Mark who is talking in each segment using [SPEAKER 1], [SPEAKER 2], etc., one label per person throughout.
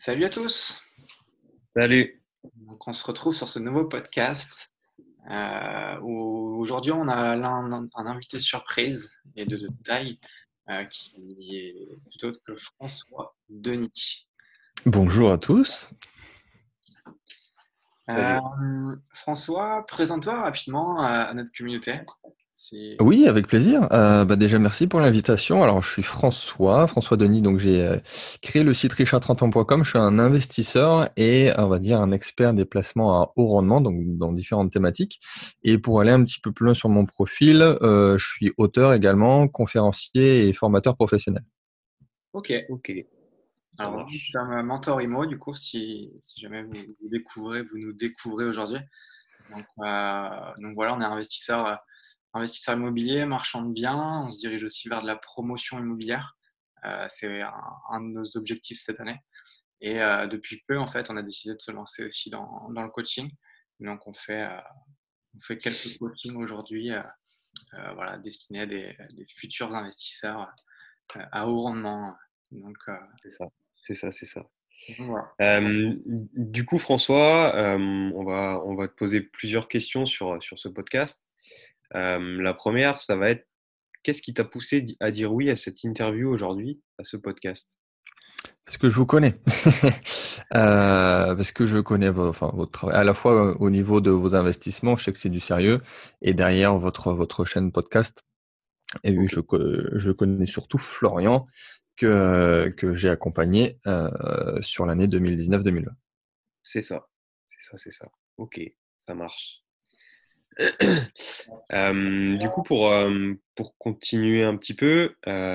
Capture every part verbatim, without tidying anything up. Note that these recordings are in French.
[SPEAKER 1] Salut à tous!
[SPEAKER 2] Salut.
[SPEAKER 1] Donc, on se retrouve sur ce nouveau podcast euh, où aujourd'hui on a l'un- un, un invité surprise et de, de taille euh, qui est plutôt que François Denis.
[SPEAKER 3] Bonjour à tous.
[SPEAKER 1] Euh,
[SPEAKER 2] Salut.
[SPEAKER 1] François, présente-toi rapidement à, à notre communauté. C'est...
[SPEAKER 3] Oui, avec plaisir. Euh, bah déjà, merci pour l'invitation. Alors, je suis François, François Denis. Donc, j'ai euh, créé le site richard trente ans point com. Je suis un investisseur et, on va dire, un expert des placements à haut rendement, donc dans différentes thématiques. Et pour aller un petit peu plus loin sur mon profil, euh, je suis auteur également, conférencier et formateur professionnel.
[SPEAKER 1] Ok.
[SPEAKER 2] Ok, ça
[SPEAKER 1] Alors, moi, je
[SPEAKER 2] marche.
[SPEAKER 1] suis un mentor IMO, du coup, si, si jamais vous, vous découvrez, vous nous découvrez aujourd'hui. Donc, euh, donc voilà, on est investisseur, euh, investisseur immobilier, marchand de biens. On se dirige aussi vers de la promotion immobilière. Euh, c'est un, un de nos objectifs cette année. Et euh, depuis peu, en fait, on a décidé de se lancer aussi dans, dans le coaching. Donc, on fait, euh, on fait quelques coachings aujourd'hui, euh, euh, voilà, destinés à des, des futurs investisseurs euh, à haut rendement. Donc, euh,
[SPEAKER 2] C'est ça, c'est ça, c'est ça.
[SPEAKER 1] donc voilà.
[SPEAKER 2] Euh, du coup, François, euh, on va, on va te poser plusieurs questions sur, sur ce podcast. Euh, la première, ça va être, qu'est-ce qui t'a poussé di- à dire oui à cette interview aujourd'hui, à ce podcast?
[SPEAKER 3] Parce que je vous connais. Euh, parce que je connais vo- enfin, votre travail. À la fois euh, au niveau de vos investissements, je sais que c'est du sérieux. Et derrière votre, votre chaîne podcast. Et oui,
[SPEAKER 2] Ok,
[SPEAKER 3] je, co- je connais surtout Florian que, que j'ai accompagné euh, sur l'année deux mille dix-neuf deux mille vingt.
[SPEAKER 2] c'est ça, c'est ça, c'est ça. Ok, ça marche. Euh, du coup, pour, euh, pour continuer un petit peu,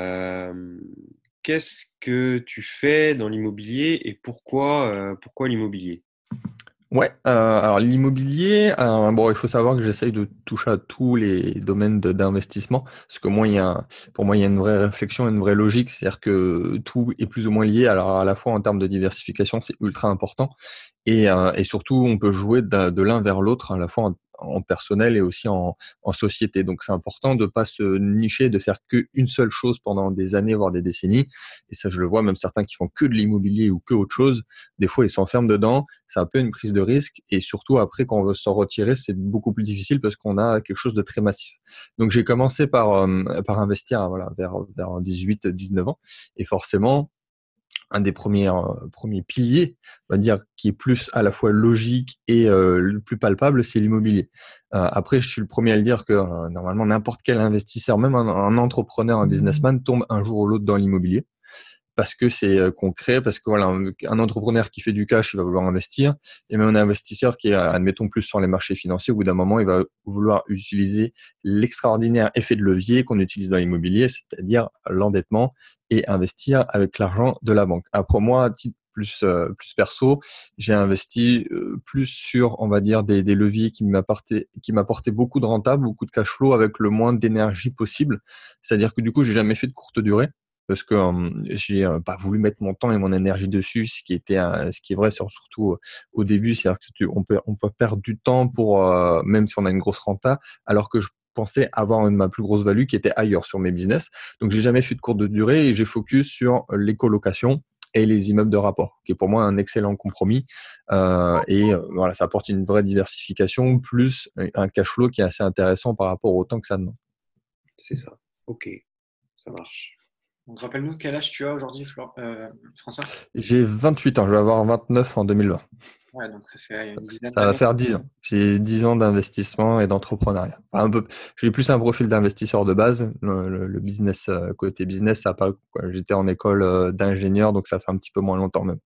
[SPEAKER 2] euh, qu'est-ce que tu fais dans l'immobilier et pourquoi, euh, pourquoi l'immobilier?
[SPEAKER 3] Ouais, euh, alors l'immobilier, euh, bon, il faut savoir que j'essaye de toucher à tous les domaines de- d'investissement, parce que moi, il y a, un- pour moi, il y a une vraie réflexion, une vraie logique, c'est-à-dire que tout est plus ou moins lié. Alors à la fois en termes de diversification, c'est ultra important, et, euh, et surtout, on peut jouer de, de l'un vers l'autre, à la fois en, en personnel et aussi en, en société. Donc c'est important de pas se nicher, de faire qu'une seule chose pendant des années, voire des décennies. Et ça, je le vois, même certains qui font que de l'immobilier ou que autre chose, des fois, ils s'enferment dedans. C'est un peu une prise de risque. Et surtout, après, quand on veut s'en retirer, c'est beaucoup plus difficile parce qu'on a quelque chose de très massif. Donc, j'ai commencé par, euh, par investir, voilà, vers, vers dix-huit, dix-neuf ans. Et forcément, un des premiers, euh, premiers piliers, on va dire, qui est plus à la fois logique et euh, le plus palpable, c'est l'immobilier. Euh, après, je suis le premier à le dire que euh, normalement, n'importe quel investisseur, même un, un entrepreneur, un businessman, tombe un jour ou l'autre dans l'immobilier parce que c'est euh, concret, parce que voilà, un, un entrepreneur qui fait du cash, il va vouloir investir, et même un investisseur qui est, admettons, plus sur les marchés financiers, au bout d'un moment, il va vouloir utiliser l'extraordinaire effet de levier qu'on utilise dans l'immobilier, c'est-à-dire l'endettement et investir avec l'argent de la banque. Après moi, à titre plus euh, plus perso, j'ai investi euh, plus sur, on va dire, des, des leviers qui m'apportaient qui m'apportaient beaucoup de rentable, beaucoup de cash flow avec le moins d'énergie possible. C'est-à-dire que du coup, j'ai jamais fait de courte durée parce que euh, j'ai euh, pas voulu mettre mon temps et mon énergie dessus, ce qui était un- ce qui est vrai sur- surtout euh, au début, c'est-à-dire que tu- on peut on peut perdre du temps pour euh, même si on a une grosse renta, alors que je pensais avoir une, ma plus grosse value qui était ailleurs sur mes business. Donc j'ai jamais fait de courte durée et j'ai focus sur les colocations et les immeubles de rapport, qui est pour moi un excellent compromis. Euh, et euh, voilà, ça apporte une vraie diversification plus un cash flow qui est assez intéressant par rapport au temps que ça demande.
[SPEAKER 2] C'est ça. Ok, ça marche.
[SPEAKER 1] Donc, rappelle-nous quel âge tu as aujourd'hui, Flor- euh, François?
[SPEAKER 3] J'ai vingt-huit ans, je vais avoir vingt-neuf en deux mille vingt.
[SPEAKER 1] Ouais, donc ça fait une
[SPEAKER 3] Donc,
[SPEAKER 1] dizaine
[SPEAKER 3] ça va
[SPEAKER 1] d'années.
[SPEAKER 3] faire dix ans. J'ai dix ans d'investissement et d'entrepreneuriat. Enfin, un peu, j'ai plus un profil d'investisseur de base. Le, le- le business, euh, côté business, ça a pas, quoi. J'étais en école euh, d'ingénieur, donc ça fait un petit peu moins longtemps même.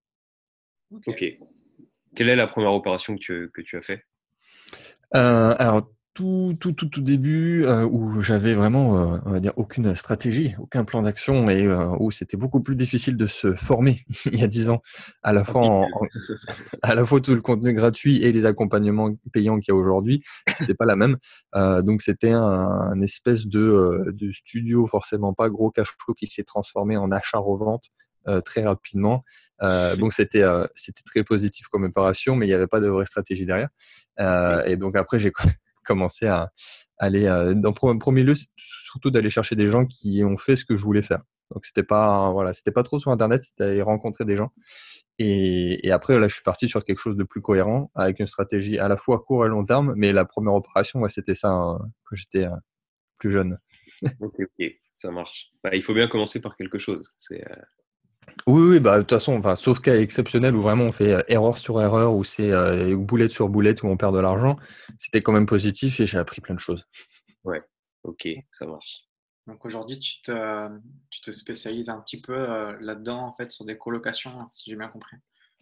[SPEAKER 1] Ok.
[SPEAKER 2] Ok. Quelle est la première opération que tu, que tu as fait?
[SPEAKER 3] Euh, alors, tout, tout, tout, tout début, euh, où j'avais vraiment, euh, on va dire, aucune stratégie, aucun plan d'action et euh, où c'était beaucoup plus difficile de se former il y a dix ans, à la
[SPEAKER 2] Ah
[SPEAKER 3] fois
[SPEAKER 2] oui.
[SPEAKER 3] en, en- à la fois tout le contenu gratuit et les accompagnements payants qu'il y a aujourd'hui, c'était pas la même. Euh, donc c'était un, un espèce de, euh, de studio forcément pas gros cash flow qui s'est transformé en achat-revente euh, très rapidement. Euh, donc c'était euh, c'était très positif comme opération, mais il n'y avait pas de vraie stratégie derrière. Euh,
[SPEAKER 2] Oui.
[SPEAKER 3] et donc après j'ai commencé à aller euh, dans le premier lieu, c'est surtout d'aller chercher des gens qui ont fait ce que je voulais faire. Donc c'était pas voilà, c'était pas trop sur Internet, c'était aller rencontrer des gens. Et, et après là, je suis parti sur quelque chose de plus cohérent, avec une stratégie à la fois court et long terme. Mais la première opération, ouais, c'était ça hein, quand j'étais euh, plus jeune.
[SPEAKER 2] Ok, ok, ça marche. Bah, il faut bien commencer par quelque chose. C'est, euh,
[SPEAKER 3] Oui, oui, bah de toute façon, enfin, sauf cas exceptionnel où vraiment on fait euh, erreur sur erreur, où c'est euh, boulette sur boulette, où on perd de l'argent, c'était quand même positif et j'ai appris plein de choses.
[SPEAKER 2] ouais, ok, ça marche.
[SPEAKER 1] Donc aujourd'hui, tu te, tu te spécialises un petit peu euh, là-dedans, en fait, sur des colocations, hein, si j'ai bien compris.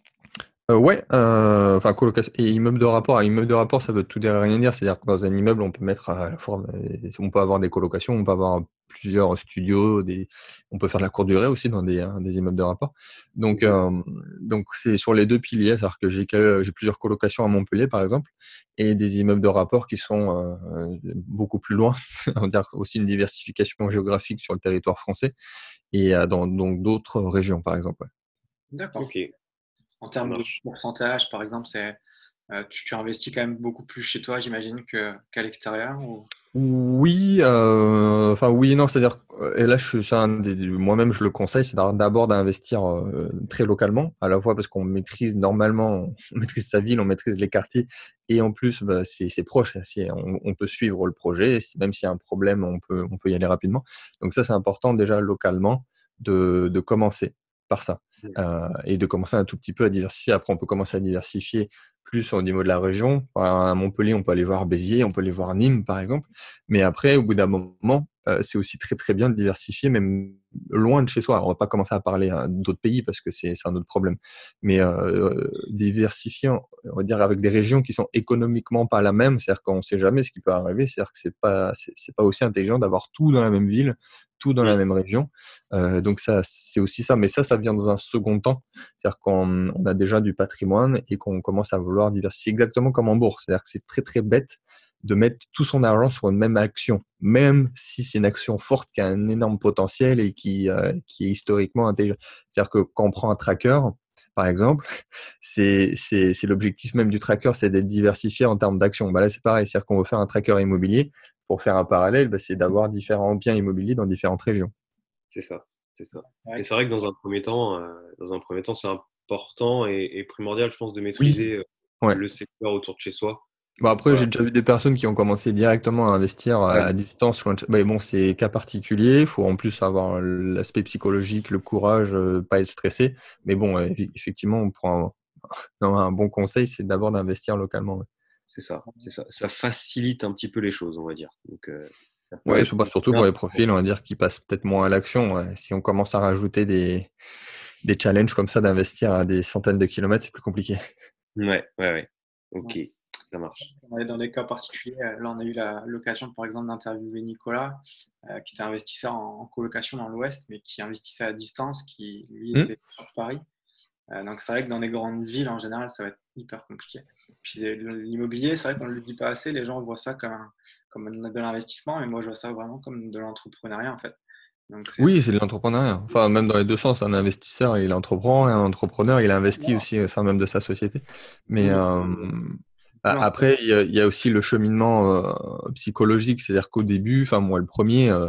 [SPEAKER 3] Euh, ouais, euh, enfin colocation et immeuble de rapport. Un immeuble de rapport, ça veut tout dire et rien dire. C'est-à-dire que dans un immeuble, on peut mettre à la fois, euh, on peut avoir des colocations, on peut avoir plusieurs studios, des, on peut faire de la courte durée aussi dans des, hein, des immeubles de rapport. Donc,
[SPEAKER 2] Mhm.
[SPEAKER 3] euh, donc c'est sur les deux piliers, c'est-à-dire que j'ai que- j'ai plusieurs colocations à Montpellier, par exemple, et des immeubles de rapport qui sont euh, euh, beaucoup plus loin. On va dire aussi une diversification géographique sur le territoire français et euh, dans donc d'autres régions, par exemple. Ouais.
[SPEAKER 1] D'accord.
[SPEAKER 2] Ok,
[SPEAKER 1] En
[SPEAKER 2] ça
[SPEAKER 1] termes de
[SPEAKER 2] marche.
[SPEAKER 1] pourcentage, par exemple, c'est, euh, tu, tu investis quand même beaucoup plus chez toi, j'imagine, que, qu'à l'extérieur ou...
[SPEAKER 3] Oui, euh, enfin oui et non, c'est-à-dire, que- et là je suis c'est un des, moi-même je le conseille, c'est d'abord d'investir euh, très localement, à la fois parce qu'on maîtrise normalement, on maîtrise sa ville, on maîtrise les quartiers, et en plus bah, c'est c'est proche, c'est- on, on peut suivre le projet, si- même s'il y a un problème, on peut on peut y aller rapidement. Donc ça c'est important déjà localement de de commencer par ça
[SPEAKER 2] Mhm.
[SPEAKER 3] euh, et de commencer un tout petit peu à diversifier. Après on peut commencer à diversifier plus au niveau de la région. À Montpellier, on peut aller voir Béziers, on peut aller voir Nîmes par exemple. Mais après, au bout d'un moment, euh, c'est aussi très très bien de diversifier, même loin de chez soi. Alors, on va pas commencer à parler hein, d'autres pays parce que c'est c'est un autre problème. Mais euh, diversifier, on va dire avec des régions qui sont économiquement pas la même, c'est-à-dire qu'on sait jamais ce qui peut arriver. C'est-à-dire que c'est pas c'est c'est pas aussi intelligent d'avoir tout dans la même ville, tout dans la
[SPEAKER 2] Mhm.
[SPEAKER 3] même région. Euh, donc ça, c'est aussi ça. Mais ça, ça vient dans un second temps. C'est-à-dire qu'on on a déjà du patrimoine et qu'on commence à vouloir diversifier exactement comme en bourse. C'est-à-dire que c'est très très bête de mettre tout son argent sur une même action, même si c'est une action forte qui a un énorme potentiel et qui, euh, qui est historiquement intelligent. C'est-à-dire que quand on prend un tracker, par exemple, c'est, c'est, c'est l'objectif même du tracker, c'est d'être diversifié en termes d'actions. Bah là, c'est pareil. C'est-à-dire qu'on veut faire un tracker immobilier. Pour faire un parallèle, bah, c'est d'avoir différents biens immobiliers dans différentes régions.
[SPEAKER 2] C'est ça, c'est ça.
[SPEAKER 1] Ouais,
[SPEAKER 2] Et
[SPEAKER 1] que
[SPEAKER 2] c'est
[SPEAKER 1] c'est-
[SPEAKER 2] vrai que dans un premier temps, euh, dans un premier temps, c'est important et, et primordial, je pense, de
[SPEAKER 3] Oui,
[SPEAKER 2] maîtriser euh,
[SPEAKER 3] ouais.
[SPEAKER 2] le secteur autour de chez soi.
[SPEAKER 3] Bon, après,
[SPEAKER 2] Voilà.
[SPEAKER 3] j'ai déjà vu des personnes qui ont commencé directement à investir à,
[SPEAKER 2] Ouais,
[SPEAKER 3] à distance. loin de chez- Mais bon, c'est cas particulier. Il faut en plus avoir l'aspect psychologique, le courage, euh, pas être stressé. Mais bon, euh, effe- effectivement, on prend un, un bon conseil, c'est d'abord d'investir localement. Ouais,
[SPEAKER 2] c'est ça, c'est ça. Ça facilite un petit peu les choses, on va dire. Donc, euh, ça peut
[SPEAKER 3] ouais
[SPEAKER 2] être
[SPEAKER 3] c'est pas- surtout pour
[SPEAKER 2] bien.
[SPEAKER 3] les profils, on va dire, qui passent peut-être moins à l'action. Ouais. Si on commence à rajouter des, des challenges comme ça d'investir à des centaines de kilomètres, c'est plus compliqué.
[SPEAKER 2] Ouais, ouais, ouais.
[SPEAKER 1] ouais.
[SPEAKER 2] Ok, ça marche.
[SPEAKER 1] On est dans des cas particuliers. Euh, Là, on a eu la- l'occasion, par exemple, d'interviewer Nicolas, euh, qui était investisseur en, en colocation dans l'Ouest, mais qui investissait à distance, qui lui
[SPEAKER 3] Hmm.
[SPEAKER 1] était sur Paris. Euh, donc c'est vrai que dans les grandes villes, en général, ça va être hyper compliqué. Puis c'est- l'immobilier, c'est vrai qu'on ne le dit pas assez, les gens voient ça comme, un- comme de l'investissement, mais moi je vois ça vraiment comme de l'entrepreneuriat en fait. Donc c'est
[SPEAKER 3] Oui, c'est de l'entrepreneuriat. Enfin, même dans les deux sens, un investisseur, il entreprend, et un entrepreneur, il investit aussi au sein même de sa société. Mais
[SPEAKER 1] oui,
[SPEAKER 3] euh,
[SPEAKER 1] oui,
[SPEAKER 3] a- après, il y a, il y a aussi le cheminement euh, psychologique, c'est-à-dire qu'au début, enfin moi le premier, euh,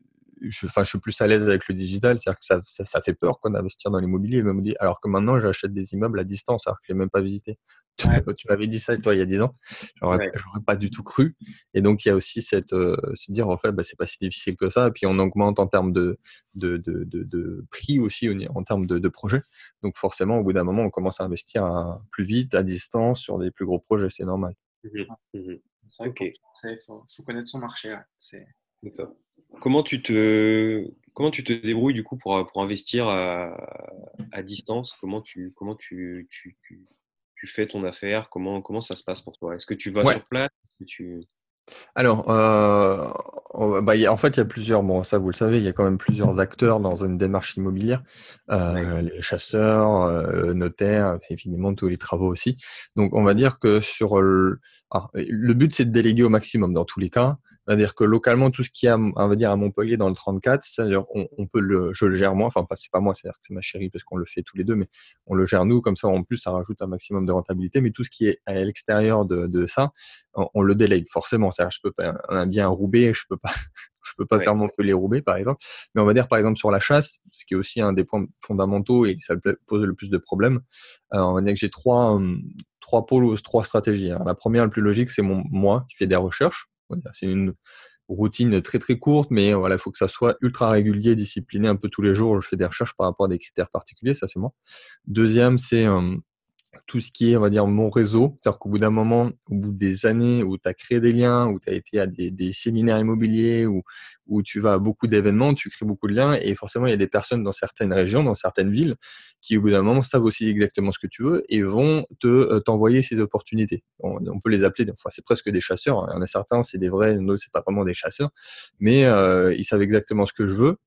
[SPEAKER 3] je, enfin, je suis plus à l'aise avec le digital, c'est-à-dire que ça, ça, ça fait peur quoi, d'investir dans l'immobilier, l'immobilier, alors que maintenant j'achète des immeubles à distance, alors que je l'ai même pas visité.
[SPEAKER 1] ouais,
[SPEAKER 3] Tu m'avais dit ça toi il y a dix ans, j'aurais,
[SPEAKER 2] Ouais.
[SPEAKER 3] j'aurais pas du tout cru. Et donc il y a aussi cette euh, se dire en fait bah, c'est pas si difficile que ça. Et puis on augmente en termes de de, de, de, de prix aussi au ni- en termes de, de projets. Donc forcément au bout d'un moment on commence à investir à- plus vite à distance sur des plus gros projets, c'est normal.
[SPEAKER 2] Mhm, mhm.
[SPEAKER 1] c'est vrai que
[SPEAKER 2] Ok,
[SPEAKER 1] pour ça, il faut, faut connaître son marché. Ouais. C'est,
[SPEAKER 2] c'est ça. Comment tu te, comment tu te débrouilles du coup pour, pour investir à, à distance? Comment tu, comment tu, tu, tu, tu fais ton affaire? Comment, comment ça se passe pour toi? Est-ce que tu vas
[SPEAKER 3] Ouais.
[SPEAKER 2] sur place? Est-ce que tu...
[SPEAKER 3] Alors, euh, on- bah, il y a- en fait, il y a plusieurs, bon, ça vous le savez, il y a quand même plusieurs acteurs dans une démarche immobilière,
[SPEAKER 2] Ouais.
[SPEAKER 3] euh, les chasseurs, euh, le notaire, évidemment tous les travaux aussi. Donc, on va dire que sur le, alors, le but, c'est de déléguer au maximum dans tous les cas. C'est-à-dire que localement, tout ce qui est, à, on va dire, à Montpellier dans le trente-quatre, c'est-à-dire on, on peut le, je le gère moi, enfin, pas, c'est pas moi, c'est-à-dire que c'est ma chérie parce qu'on le fait tous les deux, mais on le gère nous, comme ça, en plus, ça rajoute un maximum de rentabilité. Mais tout ce qui est à l'extérieur de, de ça, on, on le délègue forcément. C'est-à-dire, je peux pas, on a bien un Roubaix, je peux pas, je peux pas
[SPEAKER 2] Ouais.
[SPEAKER 3] faire Montpellier-Roubaix, par exemple. Mais on va dire, par exemple, sur la chasse, ce qui est aussi un des points fondamentaux et ça pose le plus de problèmes, euh, on va dire que j'ai trois, hum, trois pôles ou trois stratégies. Alors, la première, la plus logique, c'est mon, moi qui fais des recherches. C'est une routine très très courte, mais voilà, il faut que ça soit ultra régulier, discipliné un peu tous les jours. Je fais des recherches par rapport à des critères particuliers, ça c'est moi. Deuxième, c'est euh, tout ce qui est, on va dire, mon réseau. C'est-à-dire qu'au bout d'un moment, au bout des années où tu as créé des liens, où tu as été à des, des séminaires immobiliers, où, où tu vas à beaucoup d'événements, tu crées beaucoup de liens. Et forcément, il y a des personnes dans certaines régions, dans certaines villes, qui au bout d'un moment savent aussi exactement ce que tu veux et vont te euh, t'envoyer ces opportunités. On, on peut les appeler, enfin, c'est presque des chasseurs. Il y en a certains, c'est des vrais, d'autres, c'est pas vraiment des chasseurs. Mais euh, ils savent exactement ce que je veux.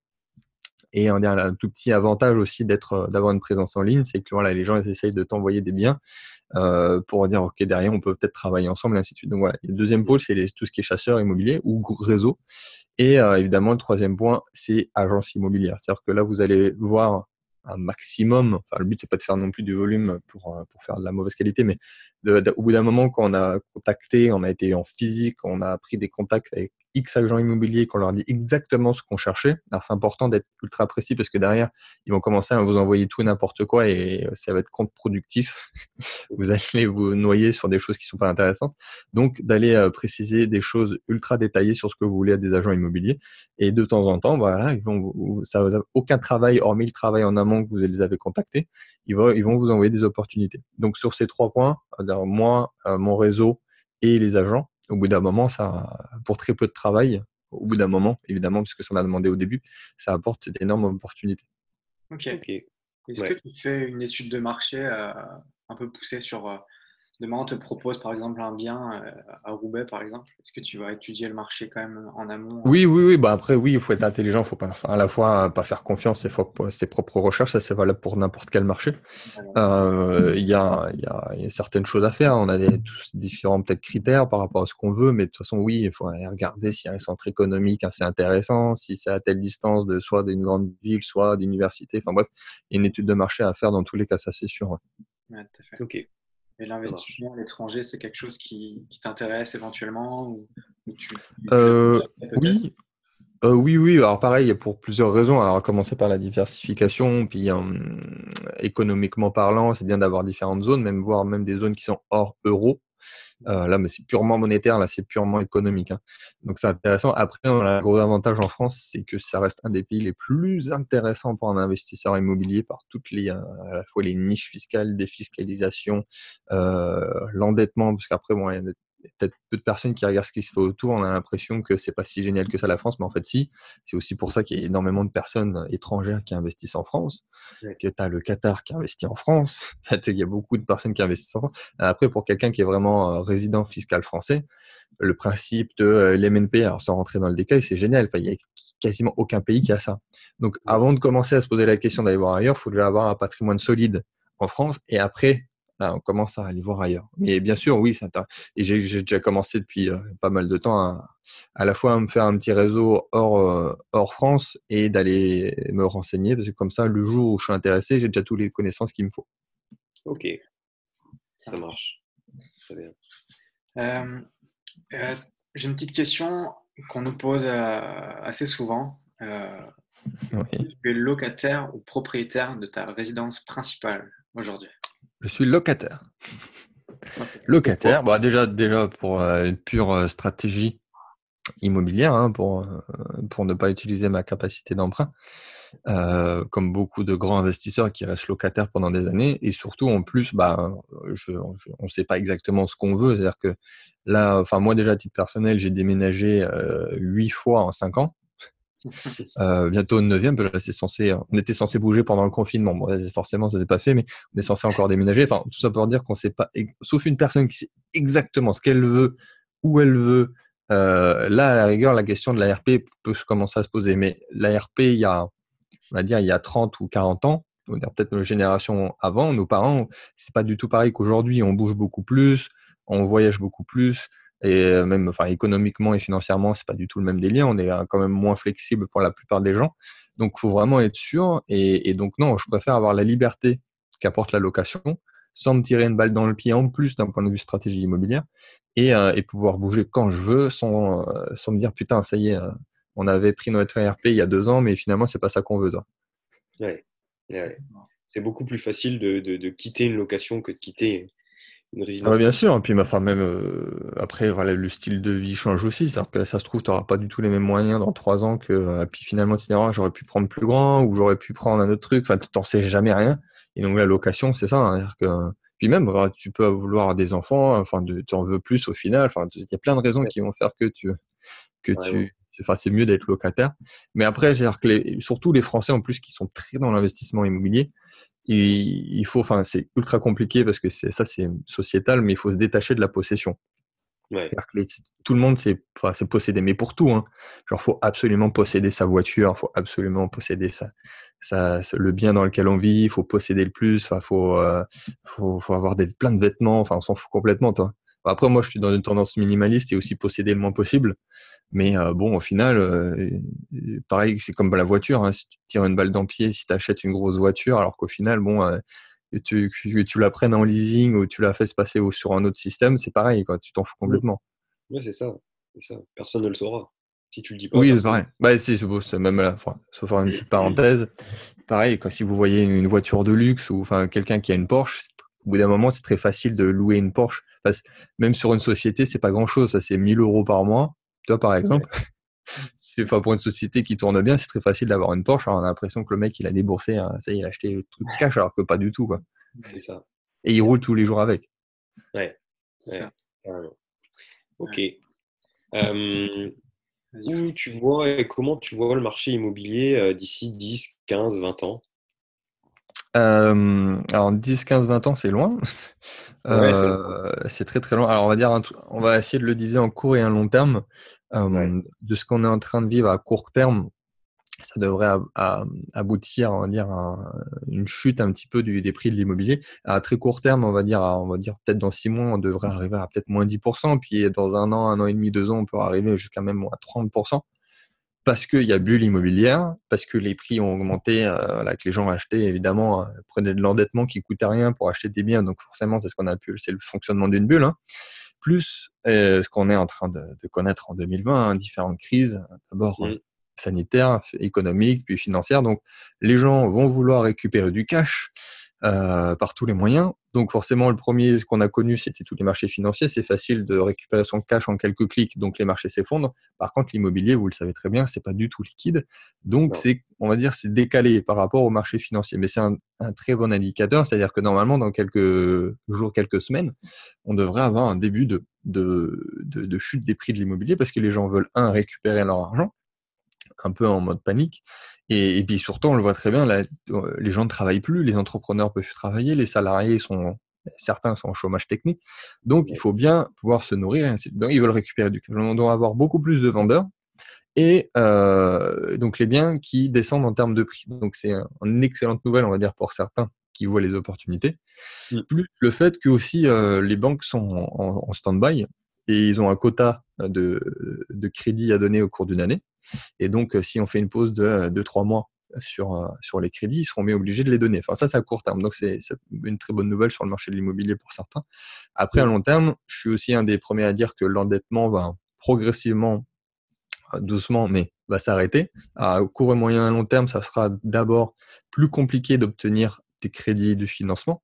[SPEAKER 3] Et on a un tout petit avantage aussi d'être, d'avoir une présence en ligne, c'est que voilà, les gens ils essayent de t'envoyer des biens euh, pour dire ok derrière on peut peut-être travailler ensemble et ainsi de suite. Donc voilà. Le deuxième pôle c'est les, tout ce qui est chasseur immobilier ou réseau. Et euh, évidemment le troisième point c'est agence immobilière. C'est-à-dire que là vous allez voir un maximum. Enfin le but c'est pas de faire non plus du volume pour pour faire de la mauvaise qualité, mais de, de, au bout d'un moment quand on a contacté, on a été en physique, on a pris des contacts avec X agents immobiliers, qu'on leur dit exactement ce qu'on cherchait. Alors, c'est important d'être ultra précis parce que derrière, ils vont commencer à vous envoyer tout et n'importe quoi et ça va être contre-productif. Vous allez vous noyer sur des choses qui sont pas intéressantes. Donc, d'aller euh, préciser des choses ultra détaillées sur ce que vous voulez à des agents immobiliers. Et de temps en temps, voilà, ils vont vous, ça vous a aucun travail, hormis le travail en amont que vous les avez contactés. Ils vont, ils vont vous envoyer des opportunités. Donc, sur ces trois points, moi, euh, mon réseau et les agents, au bout d'un moment, ça, pour très peu de travail, au bout d'un moment, évidemment, puisque ça on a demandé au début, ça apporte d'énormes opportunités.
[SPEAKER 1] Ok.
[SPEAKER 2] Ok.
[SPEAKER 1] Est-ce
[SPEAKER 2] Ouais.
[SPEAKER 1] que tu fais une étude de marché euh, un peu poussée sur. Euh, demain, on te propose par exemple un bien euh, à Roubaix, par exemple. Est-ce que tu vas étudier le marché quand même en amont hein
[SPEAKER 3] Oui, oui, oui. Bah après, oui, il faut être intelligent. Il faut pas, enfin, à la fois euh, pas faire confiance et faut que ses propres recherches. Ça, c'est valable pour n'importe quel marché. Euh, Il y a, il y a, il y a certaines choses à faire. On a des, tous différents peut-être critères par rapport à ce qu'on veut, mais de toute façon, oui, il faut aller regarder s'il y a un centre économique assez intéressant, si c'est à telle distance de soit d'une grande ville, soit d'université. Enfin bref, il y a une étude de marché à faire dans tous les cas, ça c'est sûr. Ouais.
[SPEAKER 1] Ouais, tout à fait.
[SPEAKER 2] Ok.
[SPEAKER 1] Et
[SPEAKER 2] Ça marche.
[SPEAKER 1] l'investissement à l'étranger, c'est quelque chose qui, qui t'intéresse éventuellement ou, ou tu, tu
[SPEAKER 3] Euh,
[SPEAKER 1] l'as fait peut-être
[SPEAKER 3] oui, Euh, oui, oui, alors pareil, pour plusieurs raisons. Alors, à commencer par la diversification, puis euh, économiquement parlant, c'est bien d'avoir différentes zones, même voire même des zones qui sont hors euro. Euh, là, mais c'est purement monétaire, là, c'est purement économique. Hein. Donc, c'est intéressant. Après, on a un gros avantage en France, c'est que ça reste un des pays les plus intéressants pour un investisseur immobilier par toutes les, euh, à la fois les niches fiscales, défiscalisation, euh, l'endettement, parce qu'après, bon, il y a peut-être peu de personnes qui regardent ce qui se fait autour. On a l'impression que c'est pas si génial que ça la France, mais en fait, si. C'est aussi pour ça qu'il y a énormément de personnes étrangères qui investissent en France.
[SPEAKER 2] Ouais.
[SPEAKER 3] Que tu as le Qatar qui investit en France. Il y a beaucoup de personnes qui investissent en France. Après, pour quelqu'un qui est vraiment euh, résident fiscal français, le principe de euh, l'M N P, alors sans rentrer dans le détail, c'est génial. Enfin, il y a quasiment aucun pays qui a ça. Donc,
[SPEAKER 2] Ouais.
[SPEAKER 3] avant de commencer à se poser la question d'aller voir ailleurs, il faut déjà avoir un patrimoine solide en France. Et après, là, on commence à aller voir ailleurs. Mais bien sûr, oui, ça t'in- et j'ai j'ai déjà commencé depuis euh, pas mal de temps à, à la fois à me faire un petit réseau hors, euh, hors France et d'aller me renseigner, parce que comme ça, le jour où je suis intéressé, j'ai déjà toutes les connaissances qu'il me faut.
[SPEAKER 2] Ok. Ça marche. Très bien.
[SPEAKER 1] Euh, euh, j'ai une petite question qu'on nous pose euh, assez souvent. Euh,
[SPEAKER 3] Oui.
[SPEAKER 1] tu es locataire ou propriétaire de ta résidence principale aujourd'hui?
[SPEAKER 3] Je suis locataire.
[SPEAKER 1] Ok.
[SPEAKER 3] Locataire, bah déjà, déjà pour euh, une pure euh, stratégie immobilière, hein, pour, euh, pour ne pas utiliser ma capacité d'emprunt, euh, comme beaucoup de grands investisseurs qui restent locataires pendant des années. Et surtout, en plus, bah, je, je- on ne sait pas exactement ce qu'on veut. C'est-à-dire que là, enfin moi déjà à titre personnel, j'ai déménagé euh, huit fois en cinq ans. Euh, bientôt une neuvième, parce que là, c'est censé, on était censé bouger pendant le confinement. Bon, forcément, ça s'est pas fait, mais on est censé encore déménager. Enfin, tout ça pour dire qu'on sait pas, sauf une personne qui sait exactement ce qu'elle veut, où elle veut. Euh, là, à la rigueur, la question de l'A R P peut commencer à se poser. Mais l'A R P, il y a, on va dire, il y a trente ou quarante ans, on va dire peut-être nos générations avant, nos parents, c'est pas du tout pareil qu'aujourd'hui. On bouge beaucoup plus, on voyage beaucoup plus. Et même, enfin, économiquement et financièrement, c'est pas du tout le même délire. On est quand même moins flexible pour la plupart des gens. Donc, faut vraiment être sûr. Et, et donc, non, je préfère avoir la liberté qu'apporte la location, sans me tirer une balle dans le pied en plus d'un point de vue stratégie immobilière, et, euh, et pouvoir bouger quand je veux, sans, euh, sans me dire putain, ça y est, euh, on avait pris notre R P il y a deux ans, mais finalement, c'est pas ça qu'on veut, toi.
[SPEAKER 2] Ouais, ouais. C'est beaucoup plus facile de, de, de quitter une location que de quitter une
[SPEAKER 3] Ah bah
[SPEAKER 2] résidence
[SPEAKER 3] bien
[SPEAKER 2] principale.
[SPEAKER 3] sûr, et puis enfin, même euh, après, voilà, le style de vie change aussi. C'est-à-dire que ça se trouve, tu n'auras pas du tout les mêmes moyens dans trois ans que. Euh, puis finalement, tu te dis, ah, j'aurais pu prendre plus grand ou j'aurais pu prendre un autre truc. Enfin, tu n'en sais jamais rien. Et donc, la location, c'est ça. Hein. C'est-à-dire que... Puis même, voilà, tu peux vouloir avoir des enfants, enfin, tu en veux plus au final. Enfin, il y a plein de raisons
[SPEAKER 2] Ouais,
[SPEAKER 3] qui vont faire que tu. Que
[SPEAKER 2] carrément.
[SPEAKER 3] tu... Enfin, c'est mieux d'être locataire. Mais après, c'est-à-dire que les... surtout les Français, en plus, qui sont très dans l'investissement immobilier, il, il faut, enfin, c'est ultra compliqué parce que c'est ça, c'est sociétal, mais il faut se détacher de la possession.
[SPEAKER 2] Ouais,
[SPEAKER 3] C'est-à-dire que les- tout le monde, c'est enfin, c'est possédé, mais pour tout, hein. Genre, faut absolument posséder sa voiture, faut absolument posséder sa, sa, le bien dans lequel on vit, il faut posséder le plus, enfin, faut, euh, faut, faut avoir des, plein de vêtements, enfin, on s'en fout complètement, toi. Après, moi, je suis dans une tendance minimaliste et aussi posséder le moins possible. Mais euh, bon, au final, euh, pareil, c'est comme la voiture. Hein, si tu te tires une balle dans le pied, si tu achètes une grosse voiture, alors qu'au final, bon, euh, que tu, que tu la prennes en leasing ou tu la fasses passer au- sur un autre système, c'est pareil, quoi. Tu t'en fous
[SPEAKER 2] Mm.
[SPEAKER 3] complètement.
[SPEAKER 2] Ouais, c'est ça. C'est ça. Personne ne le saura. Si tu le dis pas,
[SPEAKER 3] Oui, c'est
[SPEAKER 2] personne.
[SPEAKER 3] pareil. Bah, c'est c'est beau, c'est même là, enfin, sauf faire une petite parenthèse. Pareil, quoi, si vous voyez une voiture de luxe ou enfin quelqu'un qui a une Porsche, c'est tr- au bout d'un moment, c'est très facile de louer une Porsche. Enfin, c'est- même sur une société, c'est pas grand-chose. Ça, c'est mille euros par mois. Toi, par
[SPEAKER 2] Ouais,
[SPEAKER 3] exemple. C'est, enfin, pour une société qui tourne bien, c'est très facile d'avoir une Porsche. Alors, on a l'impression que le mec, il a déboursé, hein, ça y est, il a acheté le truc cash, alors que pas du tout, quoi.
[SPEAKER 2] c'est ça.
[SPEAKER 3] Et
[SPEAKER 2] C'est
[SPEAKER 3] il
[SPEAKER 2] clair.
[SPEAKER 3] roule tous les jours avec.
[SPEAKER 2] Ouais,
[SPEAKER 1] C'est ça.
[SPEAKER 2] ouais, carrément. Ok.
[SPEAKER 1] Ouais.
[SPEAKER 2] Euh,
[SPEAKER 1] Vas-y,
[SPEAKER 2] où
[SPEAKER 1] Flo.
[SPEAKER 2] tu vois et comment tu vois le marché immobilier euh, d'ici dix, quinze, vingt ans?
[SPEAKER 3] Euh, alors, dix, quinze, vingt ans, c'est loin.
[SPEAKER 2] Ouais, c'est long.
[SPEAKER 3] Euh, c'est très, très loin. Alors, on va dire, un tr- on va essayer de le diviser en court et un long terme.
[SPEAKER 2] Ouais,
[SPEAKER 3] Euh, de ce qu'on est en train de vivre à court terme, ça devrait ab- à- aboutir, on va dire, à une chute un petit peu du- des prix de l'immobilier. À très court terme, on va dire, à- on va dire peut-être dans six mois, on devrait arriver à peut-être moins dix pour cent. Puis dans un an, un an et demi, deux ans, on peut arriver jusqu'à même moins trente pour cent. Parce qu'il y a bulle immobilière, parce que les prix ont augmenté, euh, voilà, que les gens achetaient, évidemment, euh, prenaient de l'endettement qui coûtait rien pour acheter des biens. Donc forcément, c'est ce qu'on a pu, c'est le fonctionnement d'une bulle, hein. Plus euh, ce qu'on est en train de, de connaître en deux mille vingt, hein, différentes crises, d'abord euh,
[SPEAKER 2] mm,
[SPEAKER 3] sanitaires, économiques, puis financières. Donc les gens vont vouloir récupérer du cash euh, par tous les moyens. Donc forcément, le premier ce qu'on a connu, c'était tous les marchés financiers. C'est facile de récupérer son cash en quelques clics, donc les marchés s'effondrent. Par contre, l'immobilier, vous le savez très bien, c'est pas du tout liquide. Donc
[SPEAKER 2] non.
[SPEAKER 3] c'est, on va dire, c'est décalé par rapport au marché financier. Mais c'est un, un très bon indicateur, c'est-à-dire que normalement, dans quelques jours, quelques semaines, on devrait avoir un début de, de, de, de chute des prix de l'immobilier parce que les gens veulent, un, récupérer leur argent, un peu en mode panique. Et, et puis surtout, on le voit très bien, là, euh, les gens ne travaillent plus, les entrepreneurs peuvent plus travailler, les salariés sont, certains sont en chômage technique. Donc, il
[SPEAKER 2] Ouais,
[SPEAKER 3] faut bien pouvoir se nourrir. Et ainsi de- donc, ils veulent récupérer du cash. On doit avoir beaucoup plus de vendeurs et euh, donc les biens qui descendent en termes de prix. Donc, c'est un- une excellente nouvelle, on va dire, pour certains qui voient les opportunités.
[SPEAKER 2] mm,
[SPEAKER 3] Plus le fait que aussi euh, les banques sont en, en- en stand-by et ils ont un quota de, de crédit à donner au cours d'une année. Et donc, euh, si on fait une pause de deux trois mois sur, euh, sur les crédits, ils seront bien obligés de les donner. Enfin, ça, c'est à court terme. Donc, c'est c'est une très bonne nouvelle sur le marché de l'immobilier pour certains. Après, à
[SPEAKER 2] mm,
[SPEAKER 3] long terme, je suis aussi un des premiers à dire que l'endettement va progressivement, euh, doucement, mais va s'arrêter. À court et moyen et long terme, ça sera d'abord plus compliqué d'obtenir des crédits de financement.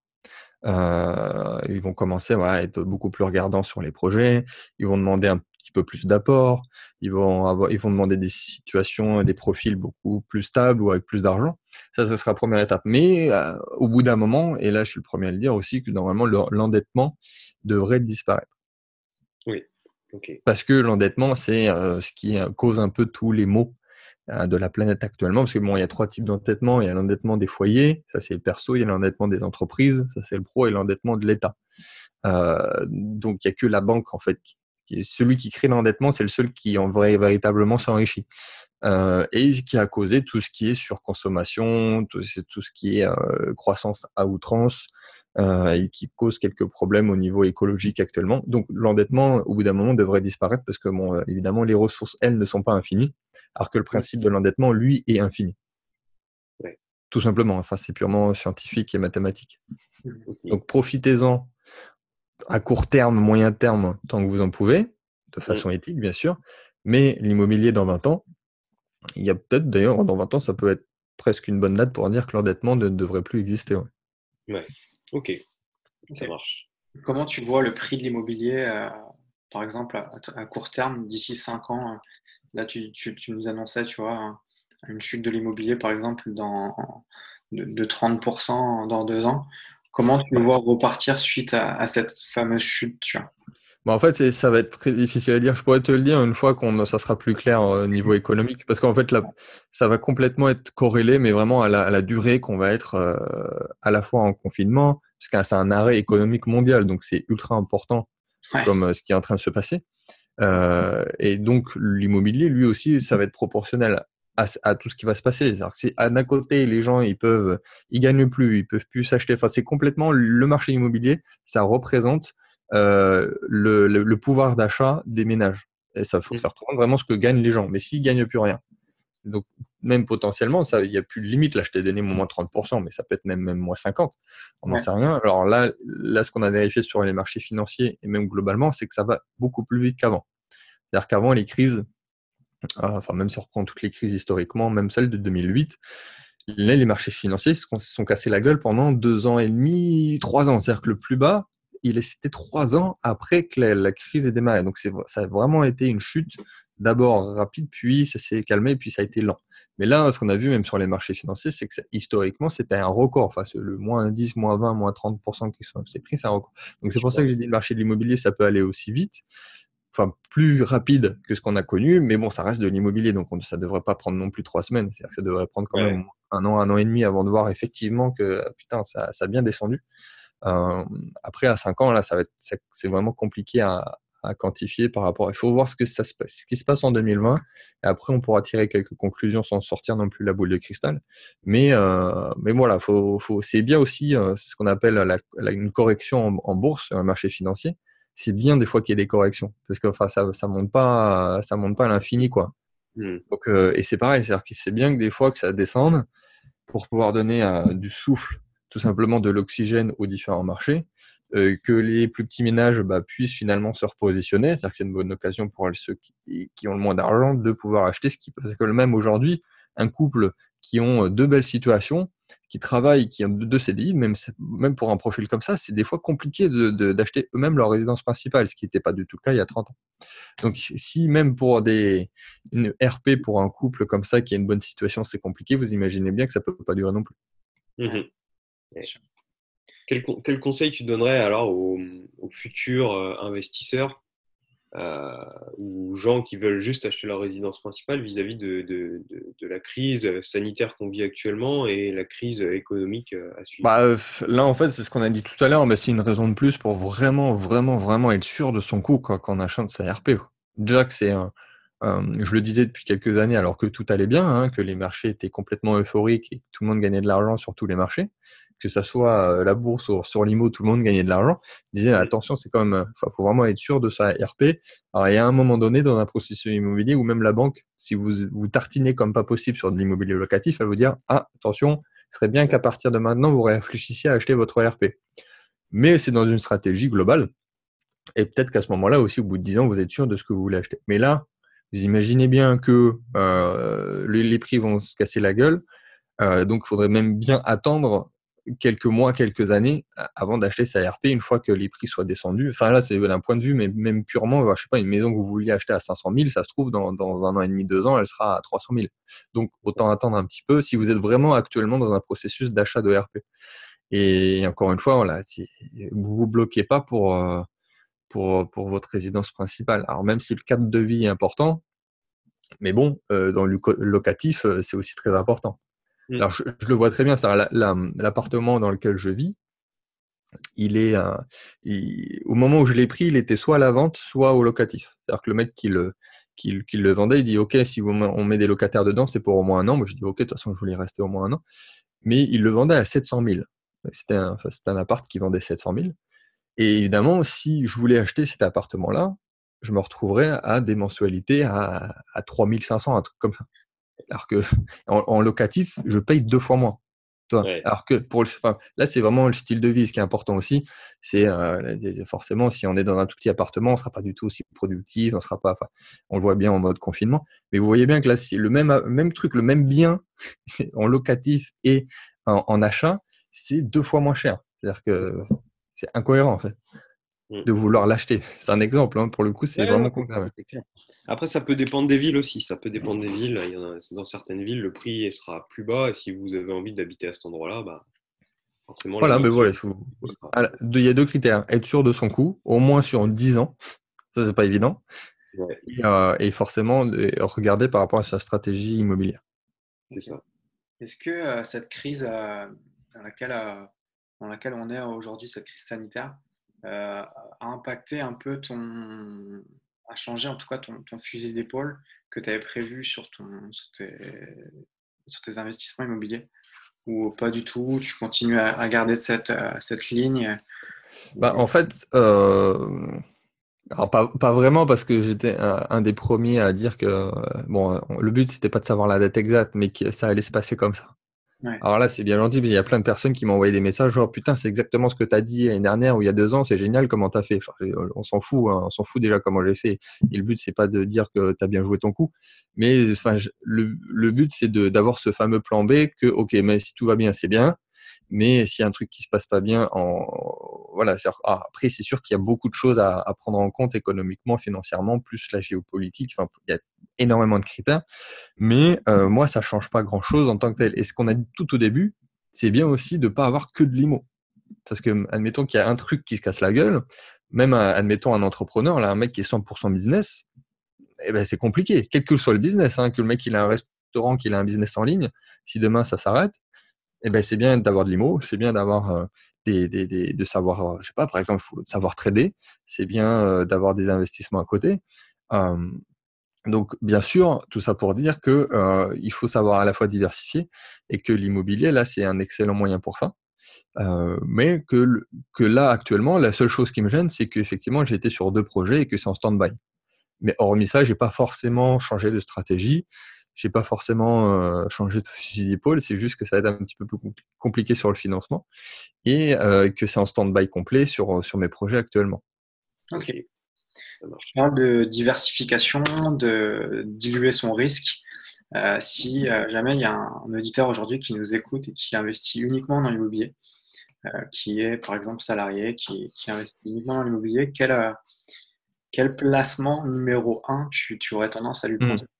[SPEAKER 3] Euh, ils vont commencer voilà, à être beaucoup plus regardants sur les projets. Ils vont demander un petit peu plus d'apport. Ils vont avoir, ils vont demander des situations, des profils beaucoup plus stables ou avec plus d'argent. Ça, ça sera la première étape. Mais euh, au bout d'un moment, et là, je suis le premier à le dire aussi, que normalement, le- l'endettement devrait disparaître.
[SPEAKER 2] oui, ok.
[SPEAKER 3] Parce que l'endettement, c'est euh, ce qui euh, cause un peu tous les maux euh, de la planète actuellement, parce que bon, il y a trois types d'endettement. Il y a l'endettement des foyers, ça c'est le perso, il y a l'endettement des entreprises, ça c'est le pro, et l'endettement de l'État. Euh, donc il n'y a que la banque en fait. Qui, celui qui crée l'endettement, c'est le seul qui en vrai véritablement s'enrichit. Euh, et qui a causé tout ce qui est surconsommation, tout, c'est tout ce qui est euh, croissance à outrance, euh, et qui cause quelques problèmes au niveau écologique actuellement. Donc l'endettement, au bout d'un moment, devrait disparaître parce que, bon, euh, évidemment, les ressources, elles, ne sont pas infinies, alors que le principe de l'endettement, lui, est infini.
[SPEAKER 2] Ouais.
[SPEAKER 3] Tout simplement. Enfin, c'est purement scientifique et mathématique.
[SPEAKER 2] Okay.
[SPEAKER 3] Donc profitez-en à court terme, moyen terme, tant que vous en pouvez, de façon
[SPEAKER 2] Mm.
[SPEAKER 3] éthique, bien sûr. Mais l'immobilier dans vingt ans, il y a peut-être, d'ailleurs, dans vingt ans, ça peut être presque une bonne date pour dire que l'endettement ne devrait plus exister. Ouais.
[SPEAKER 2] Ouais. Ok, ça
[SPEAKER 1] Ok.
[SPEAKER 2] marche.
[SPEAKER 1] Comment tu vois le prix de l'immobilier, euh, par exemple, à, à court terme, d'ici cinq ans? euh, Là, tu, tu- tu nous annonçais, tu vois, un- une chute de l'immobilier, par exemple, dans, de, de trente pour cent dans deux ans. Comment tu le vois repartir suite à, à cette fameuse chute, tu vois?
[SPEAKER 3] Bon, en fait, c'est, ça va être très difficile à dire. Je pourrais te le dire une fois qu'on, ça sera plus clair euh, au niveau économique, parce qu'en fait, là, ça va complètement être corrélé, mais vraiment à la, à la durée qu'on va être euh, à la fois en confinement, parce que c'est un arrêt économique mondial, donc c'est ultra important
[SPEAKER 1] Ouais,
[SPEAKER 3] comme euh, ce qui est en train de se passer. Euh, et donc, l'immobilier, lui aussi, ça va être proportionnel à, à tout ce qui va se passer. C'est-à-dire que si à d'un côté, les gens, ils peuvent, ils gagnent plus, ils peuvent plus s'acheter. Enfin, c'est complètement le marché immobilier. Ça représente euh, le, le, le pouvoir d'achat des ménages. Et ça,
[SPEAKER 2] Mm.
[SPEAKER 3] ça représente vraiment ce que gagnent les gens. Mais s'ils gagnent plus rien, donc même potentiellement, ça, il n'y a plus de limite. Là, je t'ai donné mon moins trente pour cent, mais ça peut être même, même moins cinquante. On n'en
[SPEAKER 1] ouais,
[SPEAKER 3] sait rien. Alors là, là, ce qu'on a vérifié sur les marchés financiers et même globalement, c'est que ça va beaucoup plus vite qu'avant. C'est-à-dire qu'avant, les crises, euh, enfin même si on reprend toutes les crises historiquement, même celle de deux mille huit, là, les marchés financiers se sont, se sont cassés la gueule pendant deux ans et demi, trois ans. C'est-à-dire que le plus bas, il est, c'était trois ans après que la, la crise ait démarré. Donc c'est, ça a vraiment été une chute d'abord rapide, puis ça s'est calmé, puis ça a été lent. Mais là, ce qu'on a vu même sur les marchés financiers, c'est que ça, historiquement, c'était un record. Enfin, c'est le moins dix, moins vingt, moins trente pour cent qui sont c'est pris, c'est un record. Donc c'est pour ça
[SPEAKER 2] Super.
[SPEAKER 3] que j'ai dit le marché de l'immobilier, ça peut aller aussi vite, enfin plus rapide que ce qu'on a connu, mais bon, ça reste de l'immobilier, donc on, ça devrait pas prendre non plus trois semaines. C'est-à-dire que ça devrait prendre quand
[SPEAKER 2] Ouais.
[SPEAKER 3] même un an, un an et demi avant de voir effectivement que putain, ça, ça a bien descendu. Euh, après, à cinq ans, là, ça va être, ça- c'est vraiment compliqué à, à quantifier par rapport. Il faut voir ce que ça se passe, ce qui se passe en deux mille vingt, et après, on pourra tirer quelques conclusions sans sortir non plus la boule de cristal. Mais, euh, mais voilà, faut, faut, c'est bien aussi, euh, c'est ce qu'on appelle la, la- une correction en, en bourse, sur un marché financier. C'est bien des fois qu'il y ait des corrections, parce que enfin, ça, ça monte pas, ça monte pas à l'infini, quoi.
[SPEAKER 2] Mm.
[SPEAKER 3] Donc, euh, et c'est pareil, c'est-à-dire que c'est bien que des fois que ça descende pour pouvoir donner euh, du souffle, tout simplement de l'oxygène aux différents marchés, euh, que les plus petits ménages bah, puissent finalement se repositionner, c'est-à-dire que c'est une bonne occasion pour ceux qui, qui ont le moins d'argent de pouvoir acheter ce qui parce que même aujourd'hui, un couple qui ont deux belles situations, qui travaillent, qui ont deux C D I, même, même pour un profil comme ça, c'est des fois compliqué de, de, d'acheter eux-mêmes leur résidence principale, ce qui n'était pas du tout le cas il y a trente ans. Donc, si même pour des, une R P pour un couple comme ça qui a une bonne situation, c'est compliqué, vous imaginez bien que ça peut pas durer non plus.
[SPEAKER 1] ouais,
[SPEAKER 2] Mhm.
[SPEAKER 1] c'est
[SPEAKER 2] Ouais.
[SPEAKER 1] sûr.
[SPEAKER 2] Quel, con- quel conseil tu donnerais alors aux, aux futurs euh, investisseurs euh, ou gens qui veulent juste acheter leur résidence principale vis-à-vis de, de, de, de la crise sanitaire qu'on vit actuellement et la crise économique euh, à suivre?
[SPEAKER 3] Bah, euh, là, en fait, c'est ce qu'on a dit tout à l'heure, mais c'est une raison de plus pour vraiment, vraiment, vraiment être sûr de son coup quoi, quand on achète sa R P. Quoi. Déjà que c'est un, euh, je le disais depuis quelques années, alors que tout allait bien, hein, que les marchés étaient complètement euphoriques et que tout le monde gagnait de l'argent sur tous les marchés, que ça soit euh, la bourse ou sur l'I M O, tout le monde gagnait de l'argent. Je disais,
[SPEAKER 2] Mm.
[SPEAKER 3] attention, c'est quand même, enfin, faut vraiment être sûr de sa R P. Alors, il y a un moment donné dans un processus immobilier où même la banque, si vous vous tartinez comme pas possible sur de l'immobilier locatif, elle vous dire, ah, attention, il serait bien qu'à partir de maintenant, vous réfléchissiez à acheter votre R P. Mais c'est dans une stratégie globale. Et peut-être qu'à ce moment-là aussi, au bout de dix ans, vous êtes sûr de ce que vous voulez acheter. Mais là, vous imaginez bien que euh, les, les prix vont se casser la gueule. Euh, donc, il faudrait même bien attendre quelques mois, quelques années avant d'acheter sa R P une fois que les prix soient descendus. Enfin, là, c'est d'un point de vue, mais même purement, je sais pas, une maison que vous vouliez acheter à cinq cent mille, ça se trouve, dans, dans un an et demi, deux ans, elle sera à trois cent mille. Donc, autant attendre un petit peu si vous êtes vraiment actuellement dans un processus d'achat de R P. Et encore une fois, voilà, si vous vous bloquez pas pour, euh, pour, pour votre résidence principale. Alors, même si le cadre de vie est important, mais bon, euh, dans le locatif, euh, c'est aussi très important.
[SPEAKER 2] Mm.
[SPEAKER 3] Alors, je, je le vois très bien, ça, la- la- l'appartement dans lequel je vis, il est, euh, il- au moment où je l'ai pris, il était soit à la vente, soit au locatif. C'est-à-dire que le mec qui le, qui, qui le vendait, il dit, OK, si vous, on met des locataires dedans, c'est pour au moins un an. Moi, je dis, OK, de toute façon, je voulais rester au moins un an. Mais il le vendait à sept cent mille. C'était un, enfin, c'était un appart qui vendait sept cent mille. Et évidemment, si je voulais acheter cet appartement-là, je me retrouverais à des mensualités à, à trois mille cinq cents, un truc comme ça. Alors que en, en locatif, je paye deux fois moins. Toi.
[SPEAKER 2] Ouais.
[SPEAKER 3] Alors que pour le, enfin, là, c'est vraiment le style de vie. Ce qui est important aussi, c'est euh, forcément, si on est dans un tout petit appartement, on ne sera pas du tout aussi productif, on sera pas. Enfin, on le voit bien en mode confinement. Mais vous voyez bien que là, c'est le même, même truc, le même bien en locatif et en, en achat, c'est deux fois moins cher. C'est-à-dire que c'est incohérent en fait
[SPEAKER 2] Mm.
[SPEAKER 3] de vouloir l'acheter. C'est un exemple, hein, pour le coup, c'est
[SPEAKER 2] Ouais,
[SPEAKER 3] vraiment
[SPEAKER 2] non,
[SPEAKER 3] concret.
[SPEAKER 2] c'est clair. Après, ça peut dépendre des villes aussi. Ça peut dépendre des villes. Il y en a, dans certaines villes, le prix sera plus bas. Et si vous avez envie d'habiter à cet endroit-là, bah, forcément, la
[SPEAKER 3] Voilà, mais voilà, il
[SPEAKER 2] mensualité
[SPEAKER 3] faut.
[SPEAKER 2] sera.
[SPEAKER 3] Ah, Il y a deux critères. Être sûr de son coût, au moins sur dix ans. Ça, c'est pas évident.
[SPEAKER 2] Ouais,
[SPEAKER 3] Et, euh, et forcément, de- regarder par rapport à sa stratégie immobilière.
[SPEAKER 2] c'est ça.
[SPEAKER 1] Est-ce que euh, cette crise euh, dans laquelle, euh, dans laquelle on est aujourd'hui, cette crise sanitaire, euh, a impacté un peu ton, a changé en tout cas ton, ton fusil d'épaule que tu avais prévu sur, ton, sur, tes, sur tes investissements immobiliers? Ou pas du tout, tu continues à, à garder cette, euh, cette ligne?
[SPEAKER 3] Bah, en fait, euh, alors pas, pas vraiment parce que j'étais un, un des premiers à dire que euh, bon, le but c'était pas de savoir la date exacte, mais que ça allait se passer comme ça.
[SPEAKER 1] Ouais.
[SPEAKER 3] Alors là, c'est bien gentil, mais il y a plein de personnes qui m'ont envoyé des messages genre putain, c'est exactement ce que tu as dit l'année dernière ou il y a deux ans, c'est génial, comment tu as fait. Enfin, on s'en fout, hein, on s'en fout déjà comment j'ai fait. Et le but, c'est pas de dire que tu as bien joué ton coup, mais enfin, je- le, le but, c'est de d'avoir ce fameux plan B que, ok, mais si tout va bien, c'est bien, mais s'il y a un truc qui se passe pas bien, en voilà, c'est- ah, après, c'est sûr qu'il y a beaucoup de choses à, à prendre en compte économiquement, financièrement, plus la géopolitique. Enfin, il y a énormément de critères. Mais euh, moi, ça change pas grand-chose en tant que tel. Et ce qu'on a dit tout au début, c'est bien aussi de pas avoir que de l'IMO. Parce que, admettons qu'il y a un truc qui se casse la gueule, même, un- admettons, un entrepreneur, là, un mec qui est cent pour cent business, eh ben, c'est compliqué, quel que soit le business, hein, que le mec il a un restaurant, qu'il a un business en ligne, si demain ça s'arrête, eh ben, c'est bien d'avoir de l'IMO, c'est bien d'avoir euh, des, des, des, de savoir, euh, je sais pas, par exemple, faut savoir trader, c'est bien euh, d'avoir des investissements à côté. Euh, donc, bien sûr, tout ça pour dire que euh, il faut savoir à la fois diversifier et que l'immobilier, là, c'est un excellent moyen pour ça. Euh, mais que, le- que là, actuellement, la seule chose qui me gêne, c'est qu'effectivement, j'ai été sur deux projets et que c'est en stand-by. Mais hormis ça, j'ai pas forcément changé de stratégie, j'ai pas forcément euh, changé de fusil d'épaule, c'est juste que ça va être un petit peu plus compli- compliqué sur le financement et euh, que c'est en stand-by complet sur, sur mes projets actuellement.
[SPEAKER 1] Ok.
[SPEAKER 2] Ok, ça marche.
[SPEAKER 1] Tu parles de diversification, de diluer son risque. Euh, si euh, jamais il y a un, un auditeur aujourd'hui qui nous écoute et qui investit uniquement dans l'immobilier, euh, qui est par exemple salarié, qui, qui investit uniquement dans l'immobilier, quel, euh, quel placement numéro un tu, tu aurais tendance à lui
[SPEAKER 3] Hmm.
[SPEAKER 1] conseiller?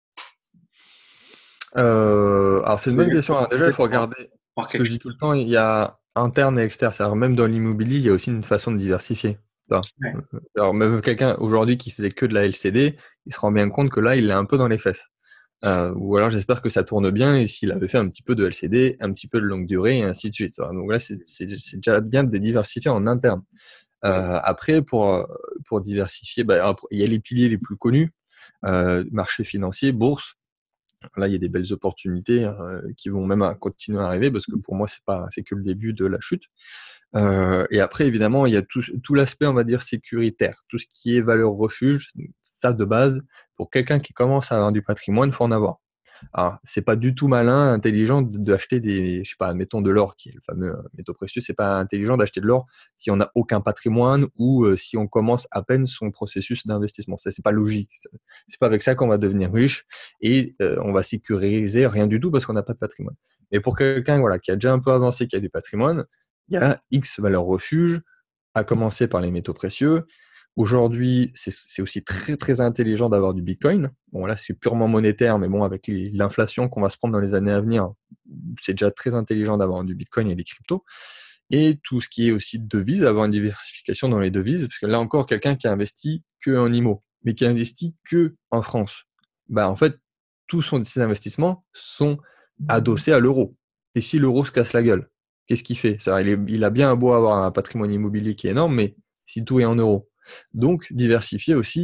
[SPEAKER 3] Euh, alors c'est une bonne question. Alors déjà, il faut
[SPEAKER 1] Par,
[SPEAKER 3] regarder
[SPEAKER 1] par
[SPEAKER 3] ce que
[SPEAKER 1] quelque
[SPEAKER 3] je dis
[SPEAKER 1] chose.
[SPEAKER 3] tout le temps, il y a interne et externe. Alors même dans l'immobilier, il y a aussi une façon de diversifier. Enfin,
[SPEAKER 1] Ouais.
[SPEAKER 3] euh, alors même quelqu'un aujourd'hui qui faisait que de la L C D, il se rend bien compte que là, il est un peu dans les fesses. Euh, ou alors j'espère que ça tourne bien et s'il avait fait un petit peu de L C D, un petit peu de longue durée et ainsi de suite. Donc là, c'est c'est- c'est déjà bien de diversifier en interne.
[SPEAKER 2] Ouais.
[SPEAKER 3] Euh, après, pour, euh, pour diversifier, bah, après, il y a les piliers les plus connus, euh, marché financier, bourse. Là, il y a des belles opportunités euh, qui vont même à continuer à arriver parce que pour moi, c'est pas, c'est que le début de la chute. Euh, et après, évidemment, il y a tout, tout l'aspect, on va dire, sécuritaire, tout ce qui est valeur refuge, ça de base. Pour quelqu'un qui commence à avoir du patrimoine, il faut en avoir. Alors, c'est pas du tout malin, intelligent de- d'acheter des, je sais pas, admettons de l'or, qui est le fameux euh, métaux précieux. C'est pas intelligent d'acheter de l'or si on n'a aucun patrimoine ou euh, si on commence à peine son processus d'investissement. Ça, c'est pas logique. C'est pas avec ça qu'on va devenir riche et euh, on va sécuriser rien du tout parce qu'on n'a pas de patrimoine. Mais pour quelqu'un, voilà, qui a déjà un peu avancé, qui a du patrimoine, il y a X valeurs refuge, à commencer par les métaux précieux. Aujourd'hui, c'est c'est aussi très très intelligent d'avoir du Bitcoin. Bon, là, c'est purement monétaire, mais bon, avec les- l'inflation qu'on va se prendre dans les années à venir, c'est déjà très intelligent d'avoir du Bitcoin et des cryptos. Et tout ce qui est aussi de devises, avoir une diversification dans les devises, parce que là encore, quelqu'un qui a investi que en IMO, mais qui a investi que en France, bah en fait, tous son- ses investissements sont adossés à l'euro. Et si l'euro se casse la gueule, qu'est-ce qu'il fait? C'est-à-dire, il, est- il a bien beau avoir un patrimoine immobilier qui est énorme, mais si tout est en euros. Donc, diversifier aussi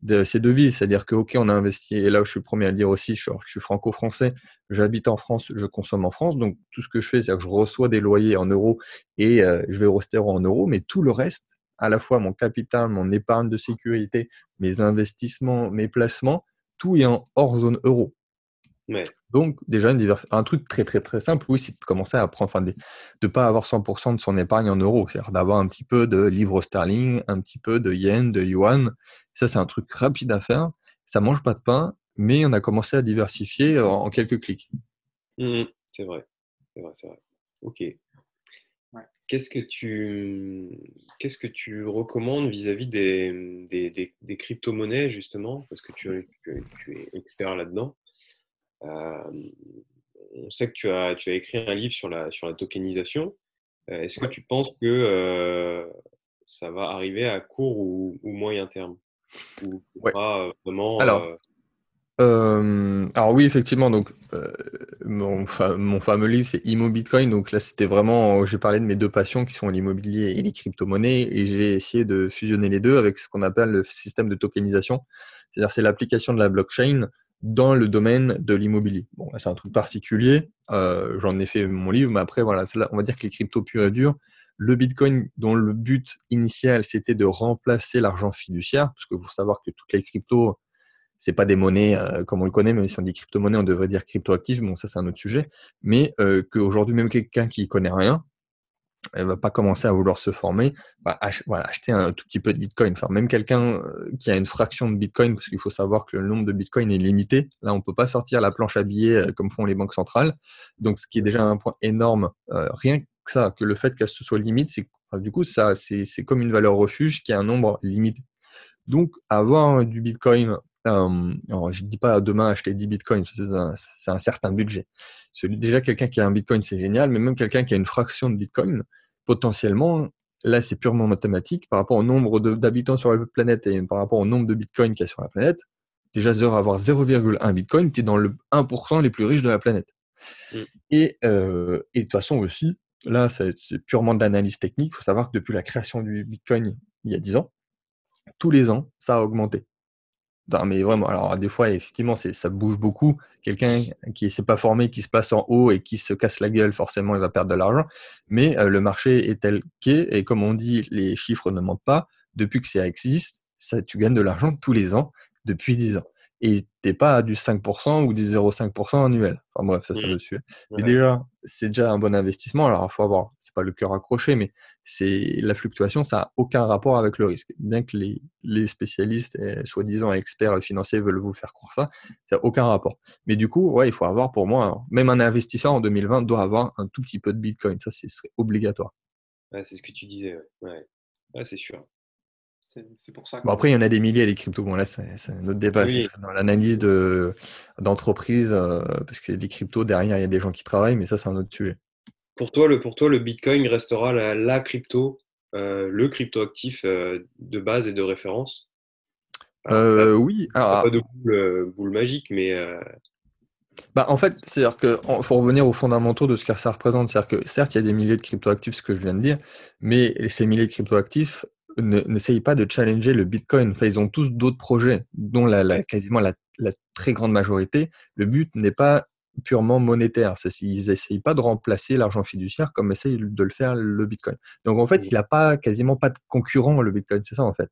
[SPEAKER 3] de ces devises. C'est-à-dire que, OK, on a investi, et là où je suis le premier à le dire aussi, je, je suis franco-français, j'habite en France, je consomme en France, donc tout ce que je fais, c'est que je reçois des loyers en euros et euh, je vais au restaurant en euros, mais tout le reste, à la fois mon capital, mon épargne de sécurité, mes investissements, mes placements, tout est en hors zone euro.
[SPEAKER 2] Ouais.
[SPEAKER 3] Donc, déjà, une divers... un truc très, très, très simple, oui, c'est de commencer à prendre, enfin, de ne pas avoir cent pour cent de son épargne en euros. C'est-à-dire d'avoir un petit peu de livres sterling, un petit peu de yen, de yuan. Ça, c'est un truc rapide à faire. Ça ne mange pas de pain, mais on a commencé à diversifier en, en quelques clics.
[SPEAKER 2] Mmh, c'est vrai. C'est vrai, c'est vrai. Ok.
[SPEAKER 1] Ouais.
[SPEAKER 2] Qu'est-ce que tu, qu'est-ce que tu recommandes vis-à-vis des, des, des, des crypto-monnaies, justement, parce que tu, tu, tu es expert là-dedans. Euh, on sait que tu as, tu as écrit un livre sur la, sur la tokenisation. Euh, Est-ce que
[SPEAKER 1] Ouais.
[SPEAKER 2] tu penses que euh, ça va arriver à court ou, ou moyen terme? Ou
[SPEAKER 3] Ouais.
[SPEAKER 2] pas euh, vraiment
[SPEAKER 3] Alors,
[SPEAKER 2] euh,
[SPEAKER 3] Euh, alors oui, effectivement, donc euh, mon, fa- mon fameux livre, c'est Immo Bitcoin. Donc là, c'était vraiment, j'ai parlé de mes deux passions qui sont l'immobilier et les crypto-monnaies, et j'ai essayé de fusionner les deux avec ce qu'on appelle le système de tokenisation. C'est-à-dire, c'est l'application de la blockchain dans le domaine de l'immobilier. Bon, là, c'est un truc particulier. Euh, j'en ai fait mon livre, mais après, voilà, c'est là, on va dire que les cryptos purs et durs, le Bitcoin, dont le but initial, c'était de remplacer l'argent fiduciaire, parce que faut savoir que toutes les cryptos, c'est pas des monnaies euh, comme on le connaît, même si on dit crypto-monnaie, on devrait dire crypto-actif. Bon, ça, c'est un autre sujet. Mais euh, qu'aujourd'hui, même quelqu'un qui connaît rien, elle va pas commencer à vouloir se former, va ach- voilà, acheter un tout petit peu de Bitcoin. Enfin, même quelqu'un euh, qui a une fraction de Bitcoin, parce qu'il faut savoir que le nombre de Bitcoin est limité. Là, on peut pas sortir la planche à billets euh, comme font les banques centrales. Donc, ce qui est déjà un point énorme, euh, rien que ça, que le fait qu'elle se soit limite, c'est enfin, du coup, ça, c'est, c'est comme une valeur refuge qui a un nombre limité. Donc, avoir du Bitcoin, euh, alors, je ne dis pas demain acheter dix Bitcoins, c'est un, c'est un certain budget. Celui, déjà, quelqu'un qui a un Bitcoin, c'est génial, mais même quelqu'un qui a une fraction de Bitcoin, potentiellement, là, c'est purement mathématique, par rapport au nombre de- d'habitants sur la planète et par rapport au nombre de Bitcoin qu'il y a sur la planète, déjà, zéro, avoir zéro virgule un Bitcoin, tu es dans le un pour cent les plus riches de la planète.
[SPEAKER 2] mm,
[SPEAKER 3] Et, euh, et de toute façon aussi, là, c'est c'est purement de l'analyse technique. Il faut savoir que depuis la création du Bitcoin, il y a dix ans, tous les ans, ça a augmenté. Non, mais vraiment, alors des fois, effectivement, c'est, ça bouge beaucoup. Quelqu'un qui ne s'est pas formé, qui se place en haut et qui se casse la gueule, forcément, il va perdre de l'argent. Mais euh, le marché est tel qu'est, et comme on dit, les chiffres ne mentent pas. Depuis que ça existe, ça, tu gagnes de l'argent tous les ans, depuis dix ans. Et tu n'es pas à du cinq pour cent ou du zéro virgule cinq pour cent annuel. Enfin bref, ça, c'est un
[SPEAKER 2] mm,
[SPEAKER 3] autre sujet. Mais
[SPEAKER 2] ouais.
[SPEAKER 3] déjà, c'est déjà un bon investissement. Alors, il faut avoir, c'est pas le cœur accroché, mais c'est la fluctuation, ça n'a aucun rapport avec le risque. Bien que les, les spécialistes, et soi-disant experts financiers, veulent vous faire croire ça, ça n'a aucun rapport. Mais du coup, ouais, il faut avoir, pour moi, même un investisseur en deux mille vingt doit avoir un tout petit peu de Bitcoin. Ça, ce serait obligatoire.
[SPEAKER 2] Ouais, c'est ce que tu disais. Ouais, ouais. Ouais, c'est sûr.
[SPEAKER 1] C'est c'est pour ça
[SPEAKER 3] Bon,
[SPEAKER 1] que.
[SPEAKER 3] après, il y en a des milliers, les cryptos. Bon, là, c'est c'est un autre débat. Ce
[SPEAKER 2] Oui,
[SPEAKER 3] serait dans l'analyse de, d'entreprise, euh, parce que les cryptos, derrière, il y a des gens qui travaillent, mais ça, c'est un autre sujet.
[SPEAKER 2] pour toi, le, pour toi, le Bitcoin restera la, la crypto, euh, le crypto-actif euh, de base et de référence. Alors, là,
[SPEAKER 3] Euh, oui,
[SPEAKER 2] t'as pas
[SPEAKER 3] alors,
[SPEAKER 2] de boule, euh, boule magique, mais euh,
[SPEAKER 3] bah, en fait, c'est-à-dire que en- faut revenir aux fondamentaux de ce que ça représente. C'est-à-dire que certes, il y a des milliers de cryptoactifs, ce que je viens de dire, mais ces milliers de cryptoactifs ne, n'essayent pas de challenger le Bitcoin. Enfin, ils ont tous d'autres projets, dont la, la-
[SPEAKER 2] ouais,
[SPEAKER 3] quasiment la, la très grande majorité. Le but n'est pas purement monétaire. C'est, ils n'essayent pas de remplacer l'argent fiduciaire comme essaye de le faire le Bitcoin. Donc en fait, il n'a pas quasiment pas de concurrent, le Bitcoin. C'est ça en fait.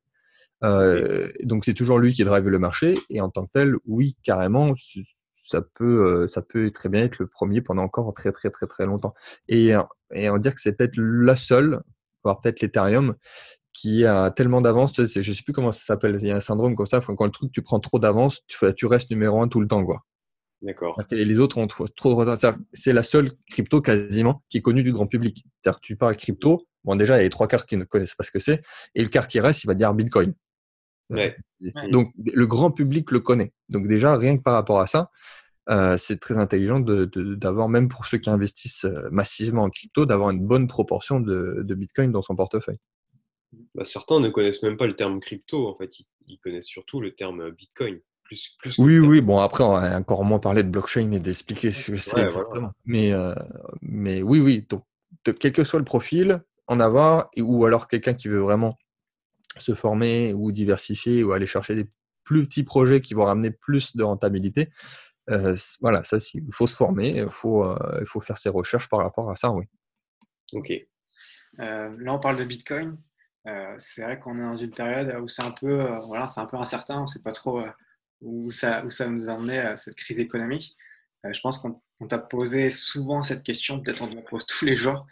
[SPEAKER 2] ok.
[SPEAKER 3] Euh, donc c'est toujours lui qui drive le marché et en tant que tel, oui, carrément, ça peut, euh, ça peut très bien être le premier pendant encore très très très très longtemps. Et, euh, et on dire que c'est peut-être la seule, voire peut-être l'Ethereum, qui a tellement d'avance. Tu sais, c'est- je sais plus comment ça s'appelle. Il y a un syndrome comme ça. Quand le truc tu prends trop d'avance, tu, fais- tu restes numéro un tout le temps, quoi.
[SPEAKER 2] D'accord.
[SPEAKER 3] Et les autres ont trop, trop de retard. C'est-à-dire que c'est la seule crypto quasiment qui est connue du grand public. C'est-à-dire que tu parles crypto, bon déjà il y a les trois quarts qui ne connaissent pas ce que c'est, et le quart qui reste, il va dire Bitcoin.
[SPEAKER 2] Ouais.
[SPEAKER 1] Ouais.
[SPEAKER 3] Donc, le grand public le connaît. Donc, déjà, rien que par rapport à ça, euh, c'est très intelligent de, de, d'avoir, même pour ceux qui investissent euh, massivement en crypto, d'avoir une bonne proportion de, de Bitcoin dans son portefeuille.
[SPEAKER 2] Bah, certains ne connaissent même pas le terme crypto, en fait. Ils, ils connaissent surtout le terme Bitcoin, plus, plus que le
[SPEAKER 3] Oui,
[SPEAKER 2] terme.
[SPEAKER 3] oui, bon, après, on va encore moins parler de blockchain et d'expliquer ce que c'est
[SPEAKER 2] Ouais, voilà.
[SPEAKER 3] exactement. Mais, euh, mais oui, oui, donc, de- quel que soit le profil, en avoir, et, ou alors quelqu'un qui veut vraiment se former ou diversifier ou aller chercher des plus petits projets qui vont ramener plus de rentabilité. Euh, voilà, ça, il faut se former, il faut, euh, il faut faire ses recherches par rapport à ça, oui.
[SPEAKER 2] Ok.
[SPEAKER 1] Euh, là, on parle de Bitcoin. Euh, c'est vrai qu'on est dans une période où c'est un peu, euh, voilà, c'est un peu incertain. On ne sait pas trop euh, où ça, où ça va nous emmener, euh, cette crise économique. Euh, je pense qu'on on t'a posé souvent cette question, peut-être on te la pose tous les jours.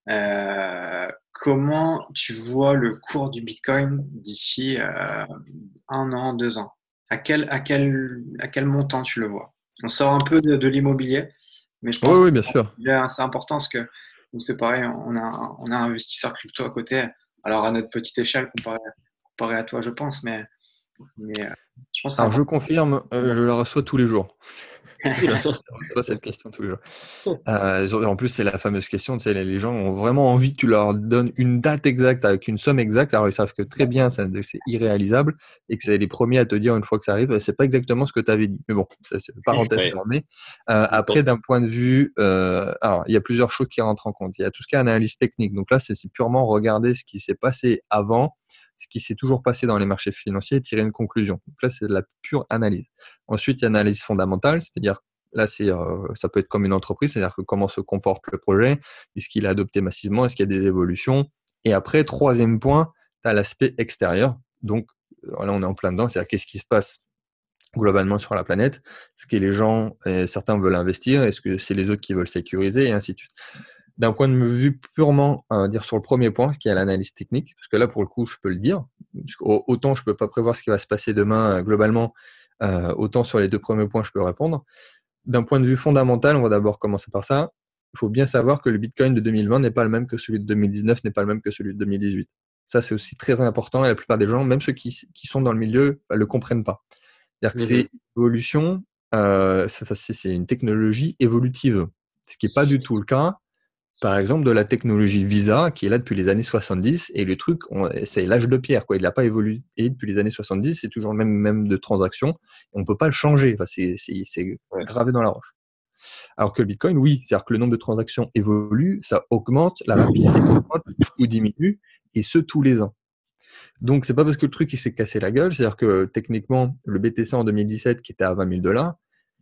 [SPEAKER 1] Euh, comment tu vois le cours du Bitcoin d'ici euh, un an, deux ans? À quel, à quel, à quel montant tu le vois? On sort un peu de, de l'immobilier, mais je
[SPEAKER 3] Oui,
[SPEAKER 1] pense que
[SPEAKER 3] oui, bien sûr.
[SPEAKER 1] c'est important parce que nous, c'est pareil, on a, un- on a un investisseur crypto à côté. Alors, à notre petite échelle, comparé, comparé à toi, je pense, mais, mais euh, je pense que c'est
[SPEAKER 3] Alors, je
[SPEAKER 1] important.
[SPEAKER 3] confirme, euh, je la reçois tous les jours.
[SPEAKER 2] Oula.
[SPEAKER 3] Je reçois cette question tous les jours. Euh, en plus, c'est la fameuse question, tu sais, les les gens ont vraiment envie que tu leur donnes une date exacte avec une somme exacte. Alors, ils savent que très bien, ça- c'est irréalisable et que c'est les premiers à te dire une fois que ça arrive, c'est pas exactement ce que tu avais dit. Mais bon, ça, c'est une parenthèse
[SPEAKER 2] Ouais.
[SPEAKER 3] fermée. Euh, après, d'un point de vue, euh, alors, il y a plusieurs choses qui rentrent en compte. Il y a tout ce qui est analyse technique. Donc là, c'est c'est purement regarder ce qui s'est passé avant, ce qui s'est toujours passé dans les marchés financiers et tirer une conclusion. Donc là, c'est de la pure analyse. Ensuite, il y a l'analyse fondamentale, c'est-à-dire là, c'est, euh, ça peut être comme une entreprise, c'est-à-dire que comment se comporte le projet, est-ce qu'il est adopté massivement, est-ce qu'il y a des évolutions. Et après, troisième point, tu as l'aspect extérieur. Donc euh, là, on est en plein dedans, c'est-à-dire qu'est-ce qui se passe globalement sur la planète, est-ce que les gens, euh, certains veulent investir, est-ce que c'est les autres qui veulent sécuriser, et ainsi de suite. D'un point de vue purement, on va dire sur le premier point, ce qui est l'analyse technique, parce que là, pour le coup, je peux le dire, parce qu'autant je peux pas prévoir ce qui va se passer demain euh, globalement, euh, autant sur les deux premiers points, je peux répondre. D'un point de vue fondamental, on va d'abord commencer par ça. Il faut bien savoir que le Bitcoin de deux mille vingt n'est pas le même que celui de deux mille dix-neuf, n'est pas le même que celui de deux mille dix-huit. Ça, c'est aussi très important et la plupart des gens, même ceux qui, qui sont dans le milieu, ne le comprennent pas. C'est-à-dire que c'est
[SPEAKER 2] Mhm.
[SPEAKER 3] une évolution, euh, c'est c'est une technologie évolutive, ce qui n'est pas du tout le cas, par exemple, de la technologie Visa, qui est là depuis les années soixante-dix, et le truc, on- c'est l'âge de pierre, quoi. Il n'a pas évolué depuis les années soixante-dix, c'est toujours le même, même de transaction, on ne peut pas le changer, enfin, c'est c'est- c'est
[SPEAKER 2] Ouais.
[SPEAKER 3] gravé dans la roche. Alors que le Bitcoin, oui, c'est-à-dire que le nombre de transactions évolue, ça augmente, la rapidité augmente ou diminue, et ce, tous les ans. Donc, c'est pas parce que le truc il s'est cassé la gueule, c'est-à-dire que techniquement, le B T C en deux mille dix-sept, qui était à vingt mille dollars,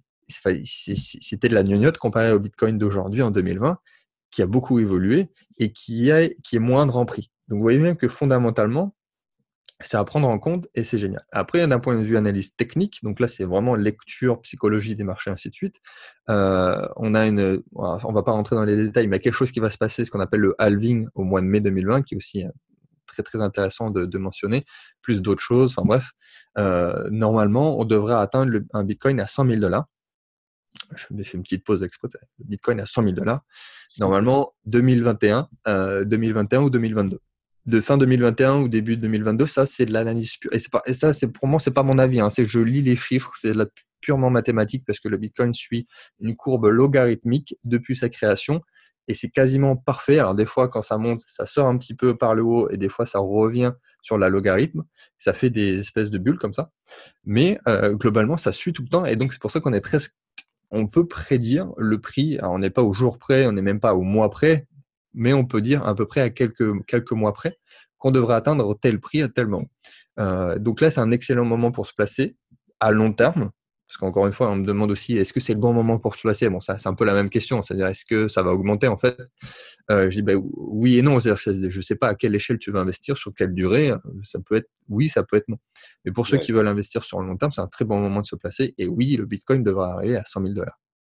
[SPEAKER 3] c'était de la gnognotte comparé au Bitcoin d'aujourd'hui en deux mille vingt, qui a beaucoup évolué et qui, a, qui est moindre en prix. Donc, vous voyez même que fondamentalement, c'est à prendre en compte et c'est génial. Après, d'un point de vue analyse technique, donc là, c'est vraiment lecture, psychologie des marchés, ainsi de suite. Euh, on a une, on va pas rentrer dans les détails, mais quelque chose qui va se passer, ce qu'on appelle le halving au mois de mai deux mille vingt, qui est aussi très très intéressant de, de mentionner, plus d'autres choses. Enfin bref, euh, normalement, on devrait atteindre le, un Bitcoin à cent mille dollars. Je me fais une petite pause exprès. Le Bitcoin à cent mille dollars. Normalement, deux mille vingt et un, euh, deux mille vingt et un ou deux mille vingt-deux. De fin deux mille vingt et un ou début deux mille vingt-deux, ça c'est de l'analyse pure. Et, c'est pas, et ça, c'est pour moi, c'est pas mon avis. Hein. C'est je lis les chiffres, c'est de la purement mathématique parce que le Bitcoin suit une courbe logarithmique depuis sa création et c'est quasiment parfait. Alors des fois, quand ça monte, ça sort un petit peu par le haut et des fois, ça revient sur la logarithme. Ça fait des espèces de bulles comme ça. Mais euh, globalement, ça suit tout le temps et donc c'est pour ça qu'on est presque on peut prédire le prix. Alors, on n'est pas au jour près, on n'est même pas au mois près, mais on peut dire à peu près à quelques, quelques mois près qu'on devrait atteindre tel prix à tel moment. Euh, donc là, c'est un excellent moment pour se placer à long terme. Parce qu'encore une fois, on me demande aussi, est-ce que c'est le bon moment pour se placer? Bon, ça, c'est un peu la même question. C'est-à-dire, est-ce que ça va augmenter en fait? Euh, je dis bah, oui et non. C'est-à-dire, je ne sais pas à quelle échelle tu veux investir, sur quelle durée. Ça peut être oui, ça peut être non. Mais pour ceux
[SPEAKER 2] Ouais.
[SPEAKER 3] qui veulent investir sur le long terme, c'est un très bon moment de se placer. Et oui, le Bitcoin devra arriver à cent mille dollars.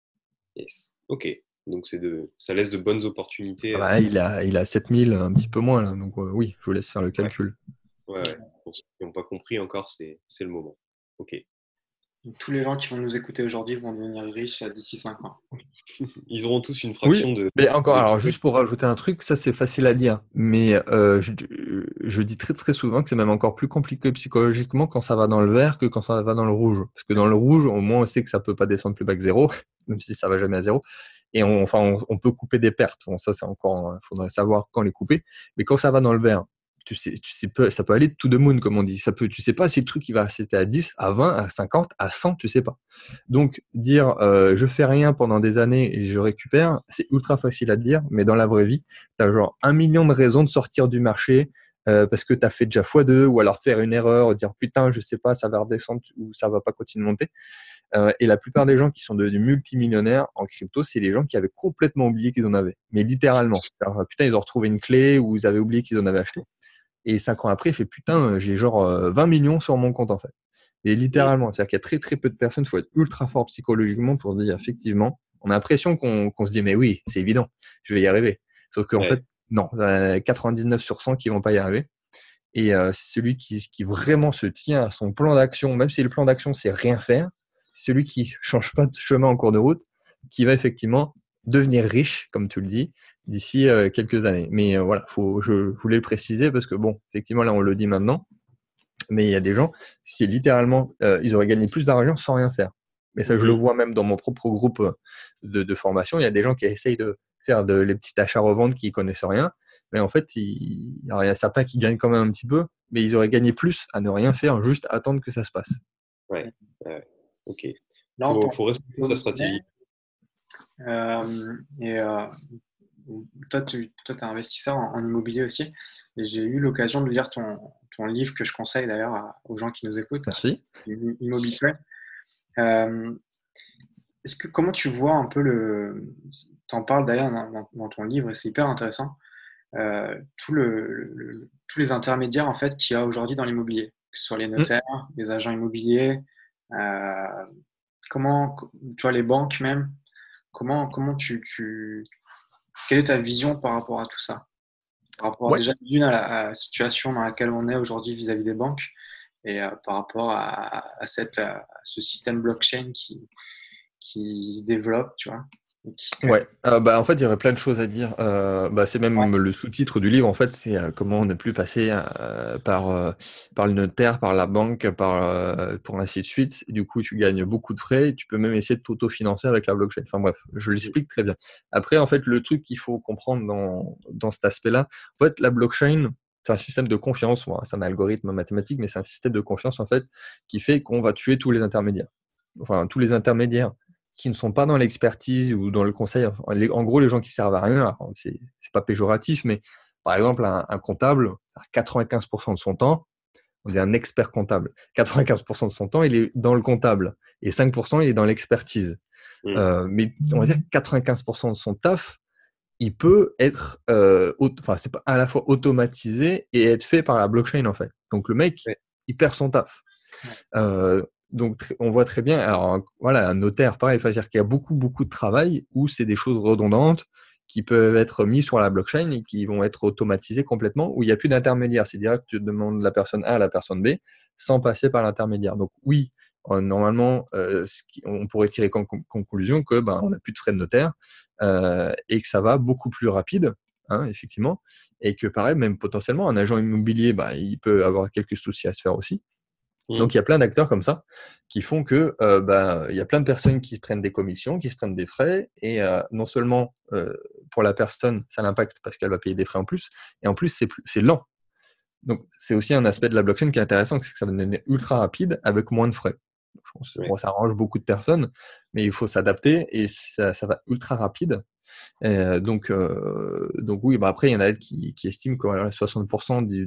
[SPEAKER 2] Yes. Ok. Donc c'est de, ça laisse de bonnes opportunités.
[SPEAKER 3] Ah
[SPEAKER 2] euh,
[SPEAKER 3] bah, il a, il a sept mille, un petit peu moins là. Donc euh, oui, je vous laisse faire le
[SPEAKER 2] Ouais.
[SPEAKER 3] calcul.
[SPEAKER 2] Ouais, ouais. Pour ceux qui n'ont pas compris encore, c'est, c'est le moment. Ok.
[SPEAKER 1] Donc, tous les gens qui vont nous écouter aujourd'hui vont devenir riches euh, d'ici cinq ans.
[SPEAKER 2] Ils auront tous une
[SPEAKER 3] Oui,
[SPEAKER 2] fraction de,
[SPEAKER 3] mais encore,
[SPEAKER 2] de
[SPEAKER 3] alors
[SPEAKER 2] Bitcoin.
[SPEAKER 3] juste pour rajouter un truc, ça c'est facile à dire, mais euh, je, je dis très très souvent que c'est même encore plus compliqué psychologiquement quand ça va dans le vert que quand ça va dans le rouge. Parce que dans le rouge, au moins on sait que ça peut pas descendre plus bas que zéro, même si ça va jamais à zéro. Et on, enfin, on, on peut couper des pertes. Bon, ça c'est encore, il faudrait savoir quand les couper. Mais quand ça va dans le vert, tu sais, tu sais peu, ça peut aller to the moon comme on dit. Ça peut, tu sais pas si le truc il va c'était à dix, à vingt, à cinquante, à cent, tu sais pas. Donc, dire euh, je fais rien pendant des années et je récupère, c'est ultra facile à dire, mais dans la vraie vie, tu as genre un million de raisons de sortir du marché euh, parce que tu as fait déjà fois deux, ou alors faire une erreur, dire putain, je sais pas, ça va redescendre ou ça va pas continuer de monter. Euh, et la plupart des gens qui sont devenus multimillionnaires en crypto, c'est les gens qui avaient complètement oublié qu'ils en avaient. Mais littéralement. Alors, putain, ils ont retrouvé une clé ou ils avaient oublié qu'ils en avaient acheté. Et cinq ans après, il fait putain, j'ai genre euh, vingt millions sur mon compte en fait. Et littéralement, c'est-à-dire qu'il y a très très peu de personnes, il faut être ultra fort psychologiquement pour se dire effectivement, on a l'impression qu'on qu'on se dit mais oui, c'est évident, je vais y arriver. Sauf qu'en
[SPEAKER 2] Ouais.
[SPEAKER 3] fait, non, euh, quatre-vingt-dix-neuf sur cent qui vont pas y arriver. Et euh, celui qui, qui vraiment se tient à son plan d'action, même si le plan d'action c'est rien faire, celui qui change pas de chemin en cours de route, qui va effectivement devenir riche, comme tu le dis, d'ici euh, quelques années. Mais euh, voilà, faut, je voulais le préciser parce que bon, effectivement là on le dit maintenant, mais il y a des gens qui littéralement euh, ils auraient gagné plus d'argent sans rien faire. Mais ça, je le vois même dans mon propre groupe de, de formation. Il y a des gens qui essayent de faire de, les petits achats-reventes qui connaissent rien. Mais en fait, il, alors il y a certains qui gagnent quand même un petit peu, mais ils auraient gagné plus à ne rien faire, juste attendre que ça se passe.
[SPEAKER 2] Ouais, ouais. Ok.
[SPEAKER 1] Là, on
[SPEAKER 2] Faut,
[SPEAKER 1] parle
[SPEAKER 2] faut respecter sa stratégie.
[SPEAKER 1] Euh, et euh, toi, tu toi, es investisseur en, en immobilier aussi. Et j'ai eu l'occasion de lire ton, ton livre que je conseille d'ailleurs à- aux gens qui nous écoutent,
[SPEAKER 3] Merci.
[SPEAKER 1] Immobilier. Euh, est-ce que, comment tu vois un peu le. Tu en parles d'ailleurs dans, dans- dans ton livre et c'est hyper intéressant. euh, tout le, le- tous les intermédiaires en fait qu'il y a aujourd'hui dans l'immobilier, que ce soit les
[SPEAKER 3] Mm.
[SPEAKER 1] notaires, les agents immobiliers, euh, comment, tu vois, les banques même. Comment, comment tu, tu, quelle est ta vision par rapport à tout ça? Par rapport
[SPEAKER 3] Ouais.
[SPEAKER 1] déjà d'une à la, à la situation dans laquelle on est aujourd'hui vis-à-vis des banques et euh, par rapport à, à, cette, à ce système blockchain qui, qui se développe, tu vois. et qui, quand même-
[SPEAKER 3] Ouais, euh, bah, en fait, il y aurait plein de choses à dire. Euh, bah, c'est
[SPEAKER 1] Ouais,
[SPEAKER 3] même le sous-titre du livre, en fait, c'est euh, comment on n'est plus passé euh, par, euh, par le notaire, par la banque, par, euh, pour ainsi de suite. Et du coup, tu gagnes beaucoup de frais et tu peux même essayer de t'auto-financer avec la blockchain. Enfin bref, je l'explique très bien. Après, en fait, le truc qu'il faut comprendre dans, dans cet aspect-là, en fait, la blockchain, c'est un système de confiance, bon, c'est un algorithme mathématique, mais c'est un système de confiance, en fait, qui fait qu'on va tuer tous les intermédiaires. Enfin, tous les intermédiaires qui ne sont pas dans l'expertise ou dans le conseil. En, en gros, les gens qui servent à rien, c'est c'est pas péjoratif, mais par exemple, un, un comptable, quatre-vingt-quinze pour cent de son temps, on est un expert comptable. quatre-vingt-quinze pour cent de son temps, il est dans le comptable et cinq pour cent, il est dans l'expertise.
[SPEAKER 2] Mm.
[SPEAKER 3] Euh, mais on va dire que quatre-vingt-quinze pour cent de son taf, il peut être, euh, enfin, c'est pas à la fois automatisé et être fait par la blockchain en fait. Donc le mec,
[SPEAKER 2] Ouais.
[SPEAKER 3] il perd son taf.
[SPEAKER 1] ouais,
[SPEAKER 3] Euh, donc, on voit très bien. Alors, voilà, un notaire, pareil, c'est-à-dire qu'il y a beaucoup, beaucoup de travail où c'est des choses redondantes qui peuvent être mises sur la blockchain et qui vont être automatisées complètement, où il n'y a plus d'intermédiaire. C'est direct, tu demandes la personne A à la personne B sans passer par l'intermédiaire. Donc, oui, euh, normalement, euh, ce qui, on pourrait tirer comme conclusion que ben, on n'a plus de frais de notaire euh, et que ça va beaucoup plus rapide. Hein, effectivement, et que pareil, même potentiellement, un agent immobilier, bah, il peut avoir quelques soucis à se faire aussi.
[SPEAKER 2] Mm.
[SPEAKER 3] Donc, il y a plein d'acteurs comme ça qui font que euh, bah, il y a plein de personnes qui se prennent des commissions, qui se prennent des frais, et euh, non seulement euh, pour la personne, ça l'impacte parce qu'elle va payer des frais en plus, et en plus, c'est plus- c'est lent. Donc, c'est aussi un aspect de la blockchain qui est intéressant, c'est que ça va devenir ultra rapide avec moins de frais. Je pense que
[SPEAKER 2] Ouais.
[SPEAKER 3] bon, ça arrange beaucoup de personnes, mais il faut s'adapter et ça, ça va ultra rapide. Euh, donc, euh, donc oui, bah après, il y en a qui, qui estiment que voilà, soixante pour cent du-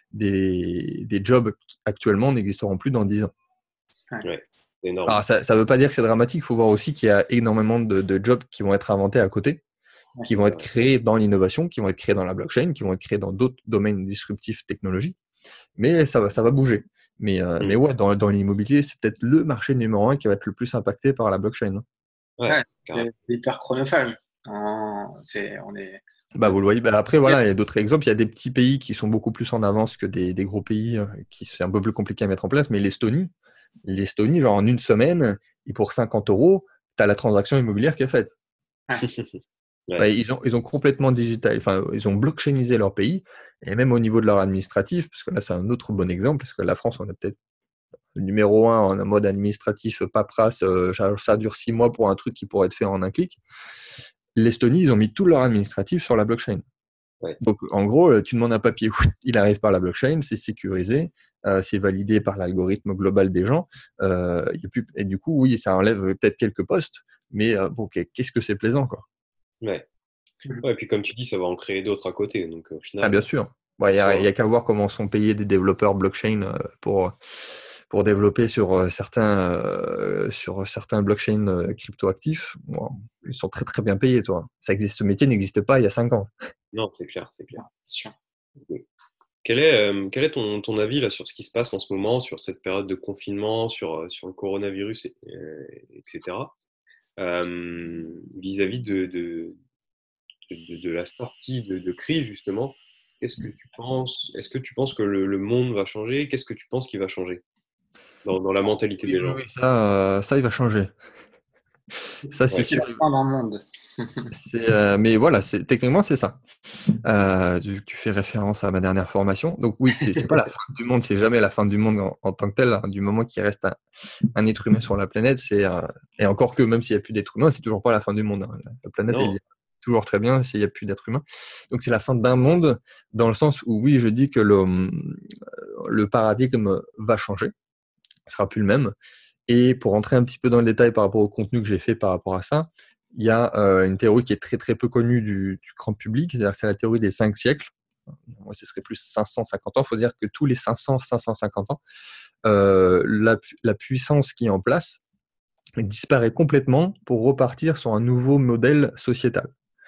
[SPEAKER 3] des, des jobs actuellement n'existeront plus dans dix ans.
[SPEAKER 1] ouais.
[SPEAKER 2] Ouais. C'est énorme.
[SPEAKER 3] Alors, ça ne veut pas dire que c'est dramatique. Il faut voir aussi qu'il y a énormément de, de jobs qui vont être inventés à côté,
[SPEAKER 1] Ouais,
[SPEAKER 3] qui vont
[SPEAKER 2] c'est
[SPEAKER 3] être
[SPEAKER 2] vrai.
[SPEAKER 3] créés dans l'innovation, qui vont être créés dans la blockchain, qui vont être créés dans d'autres domaines disruptifs technologiques. Mais ça va, ça va bouger. Mais, euh,
[SPEAKER 2] Mm.
[SPEAKER 3] mais ouais, dans, dans l'immobilier, c'est peut-être le marché numéro un qui va être le plus impacté par la blockchain. Hein.
[SPEAKER 2] Ouais,
[SPEAKER 1] Ouais,
[SPEAKER 2] carrément.
[SPEAKER 1] c'est hyper chronophage. En- c'est, on est,
[SPEAKER 3] Bah, vous le voyez. Bah, après, voilà, il y a d'autres exemples. Il y a des petits pays qui sont beaucoup plus en avance que des, des gros pays euh, qui sont un peu plus compliqués à mettre en place. Mais l'Estonie, l'Estonie, genre en une semaine, et pour cinquante euros, tu as la transaction immobilière qui est faite.
[SPEAKER 1] ouais,
[SPEAKER 2] Ouais.
[SPEAKER 3] Ouais, ils ont, ils ont complètement digital, enfin, ils ont blockchainisé leur pays, et même au niveau de leur administratif, parce que là, c'est un autre bon exemple, parce que la France, on est peut-être le numéro un en mode administratif, paperasse, euh, ça, ça dure six mois pour un truc qui pourrait être fait en un clic. L'Estonie, ils ont mis tout leur administratif sur la blockchain.
[SPEAKER 2] Ouais.
[SPEAKER 3] Donc, en gros, tu demandes un papier, il arrive par la blockchain, c'est sécurisé, euh, c'est validé par l'algorithme global des gens, euh, y a plus, et du coup, oui, ça enlève peut-être quelques postes, mais euh, bon, qu'est-ce que c'est plaisant, quoi.
[SPEAKER 2] Ouais.
[SPEAKER 1] Mhm.
[SPEAKER 2] Ouais, et puis comme tu dis, ça va en créer d'autres à côté. Donc au
[SPEAKER 3] Ah, bien
[SPEAKER 2] final,
[SPEAKER 3] sûr. Bon, il n'y a,
[SPEAKER 2] Soit,
[SPEAKER 3] il y a qu'à voir comment sont payés des développeurs blockchain euh, pour, pour développer sur euh, certains, euh, sur certains blockchains euh, cryptoactifs. Bon, ils sont très très bien payés, toi. Ça existe, ce métier n'existe pas il y a cinq ans.
[SPEAKER 2] non, c'est clair, c'est clair.
[SPEAKER 1] C'est sûr.
[SPEAKER 2] Ok. Quel est, euh, quel est ton, ton avis là, sur ce qui se passe en ce moment, sur cette période de confinement, sur, euh, sur le coronavirus, et, euh, et cetera euh, vis-à-vis de, de, de, de la sortie de, de crise, justement? Qu'est-ce que tu penses? Est-ce que tu penses que le, le monde va changer? Qu'est-ce que tu penses qui va changer dans, dans la mentalité
[SPEAKER 3] Oui,
[SPEAKER 2] des
[SPEAKER 3] oui,
[SPEAKER 2] gens?
[SPEAKER 3] oui, ça, euh, ça, il va changer. Ça, c'est
[SPEAKER 2] Ouais,
[SPEAKER 1] C'est
[SPEAKER 3] sûr.
[SPEAKER 1] la fin d'un monde.
[SPEAKER 3] C'est, euh, mais voilà, c'est, techniquement, c'est ça. Euh, tu, tu fais référence à ma dernière formation. Donc oui, c'est, c'est pas la fin du monde, c'est jamais la fin du monde en, en tant que tel, hein. Du moment qu'il reste un, un être humain sur la planète, c'est euh, et encore que même s'il n'y a plus d'être humain, c'est toujours pas la fin du monde, hein. La, la planète, elle
[SPEAKER 2] non,
[SPEAKER 3] est toujours très bien s'il n'y a plus d'être humain. Donc c'est la fin d'un monde dans le sens où oui, je dis que le, le paradigme va changer, ce sera plus le même. Et pour rentrer un petit peu dans le détail par rapport au contenu que j'ai fait par rapport à ça, il y a euh, une théorie qui est très très peu connue du, du grand public, c'est-à-dire que c'est la théorie des cinq siècles. Moi, ce serait plus cinq cent cinquante ans. Il faut dire que tous les cinq cents à cinq cent cinquante ans, euh, la, la puissance qui est en place disparaît complètement pour repartir sur un nouveau modèle sociétal.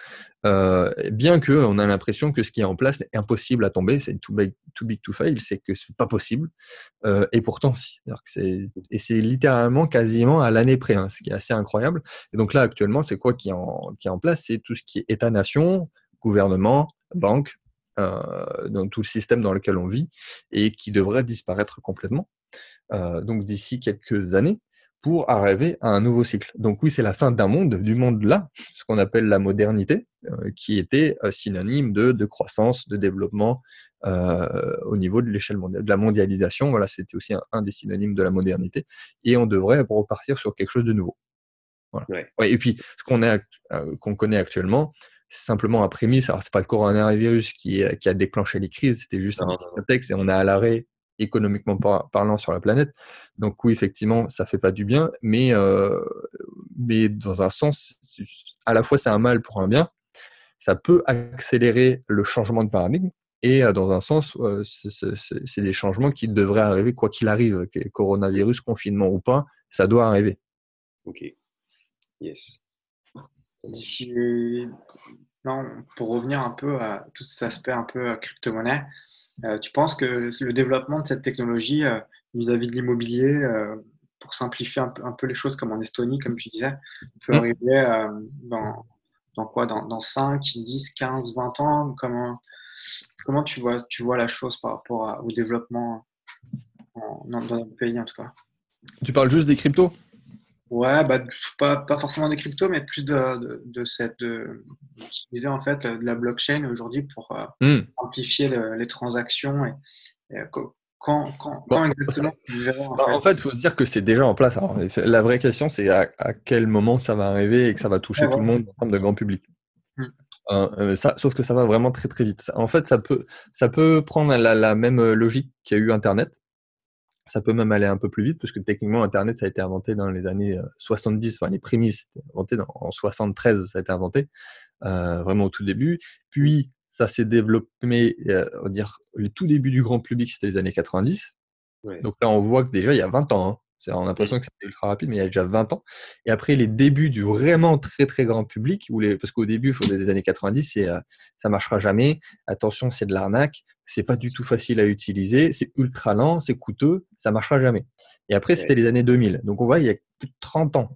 [SPEAKER 3] Euh, bien que on a l'impression que ce qui est en place est impossible à tomber, c'est too big, too big to fail, c'est que c'est pas possible. Euh, et pourtant, si. Que c'est, et c'est littéralement quasiment à l'année près, hein, ce qui est assez incroyable. Et donc là, actuellement, c'est quoi qui est en, qui est en place? C'est tout ce qui est État-nation, gouvernement, banque, euh, dans tout le système dans lequel on vit, et qui devrait disparaître complètement. Euh, donc d'ici quelques années, pour arriver à un nouveau cycle. Donc oui, c'est la fin d'un monde, du monde là, ce qu'on appelle la modernité, euh, qui était euh, synonyme de, de croissance, de développement euh, au niveau de l'échelle mondiale, de la mondialisation. Voilà, c'était aussi un, un des synonymes de la modernité. Et on devrait repartir sur quelque chose de nouveau. Voilà.
[SPEAKER 2] ouais.
[SPEAKER 3] Ouais, et puis, ce qu'on, est, euh, qu'on connaît actuellement, c'est simplement un prémisse. Alors, c'est pas le coronavirus qui, est, qui a déclenché les crises, c'était juste un
[SPEAKER 2] Non,
[SPEAKER 3] petit
[SPEAKER 2] non, non.
[SPEAKER 3] contexte et on est à l'arrêt économiquement par, parlant sur la planète. Donc oui, effectivement, ça fait pas du bien, mais, euh, mais dans un sens, à la fois c'est un mal pour un bien. Ça peut accélérer le changement de paradigme et euh, dans un sens, euh, c'est, c'est, c'est des changements qui devraient arriver quoi qu'il arrive, que coronavirus, confinement ou pas, ça doit arriver.
[SPEAKER 2] Ok, yes. Ça marche.
[SPEAKER 1] Si, non, pour revenir un peu à tout cet aspect un peu euh, crypto-monnaie, euh, tu penses que le développement de cette technologie euh, vis-à-vis de l'immobilier, euh, pour simplifier un peu, un peu les choses comme en Estonie, comme tu disais, peut
[SPEAKER 3] Hmm.
[SPEAKER 1] arriver euh, dans, dans quoi? Dans, dans cinq, dix, quinze, vingt ans? Comment, comment tu vois, tu vois la chose par rapport à- au développement en- dans, dans notre pays en tout cas?
[SPEAKER 3] Tu parles juste des cryptos?
[SPEAKER 1] Ouais, bah, pas, pas forcément des cryptos, mais plus de, de, de cette, de, d'utiliser en fait de la blockchain aujourd'hui pour euh,
[SPEAKER 3] Hmm.
[SPEAKER 1] amplifier le- les transactions et, et, euh, co- quand, quand,
[SPEAKER 3] Bon,
[SPEAKER 1] quand exactement tu verrais en
[SPEAKER 3] bah,
[SPEAKER 1] fait.
[SPEAKER 3] en fait, il faut se dire que c'est déjà en place. Alors, la vraie question, c'est à, à quel moment ça va arriver et que ça va
[SPEAKER 1] Ouais,
[SPEAKER 3] toucher tout le
[SPEAKER 1] voilà.
[SPEAKER 3] monde en termes de grand public.
[SPEAKER 1] Mm.
[SPEAKER 3] Euh, euh, ça, sauf que ça va vraiment très très vite. En fait, ça peut, ça peut prendre la, la même logique qu'il y a eu Internet. Ça peut même aller un peu plus vite, parce que techniquement, Internet, ça a été inventé dans les années euh, soixante-dix, enfin les prémices, c'était inventé dans, en soixante-treize, ça a été inventé, euh, vraiment au tout début. Puis, ça s'est développé, euh, on va dire, le tout début du grand public, c'était les années quatre-vingt-dix.
[SPEAKER 2] Ouais.
[SPEAKER 3] Donc là, on voit que déjà, il y a vingt ans, hein. C'est- On a
[SPEAKER 2] Mm.
[SPEAKER 3] l'impression que c'était ultra rapide, mais il y a déjà vingt ans. Et après, les débuts du vraiment très, très grand public, où les, parce qu'au début, il faut des années quatre-vingt-dix, c'est, euh, ça marchera jamais. Attention, c'est de l'arnaque. C'est pas du tout facile à utiliser. C'est ultra lent, c'est coûteux. Ça marchera jamais. Et après,
[SPEAKER 2] Ouais.
[SPEAKER 3] c'était les années deux mille. Donc, on voit, il y a plus de trente ans.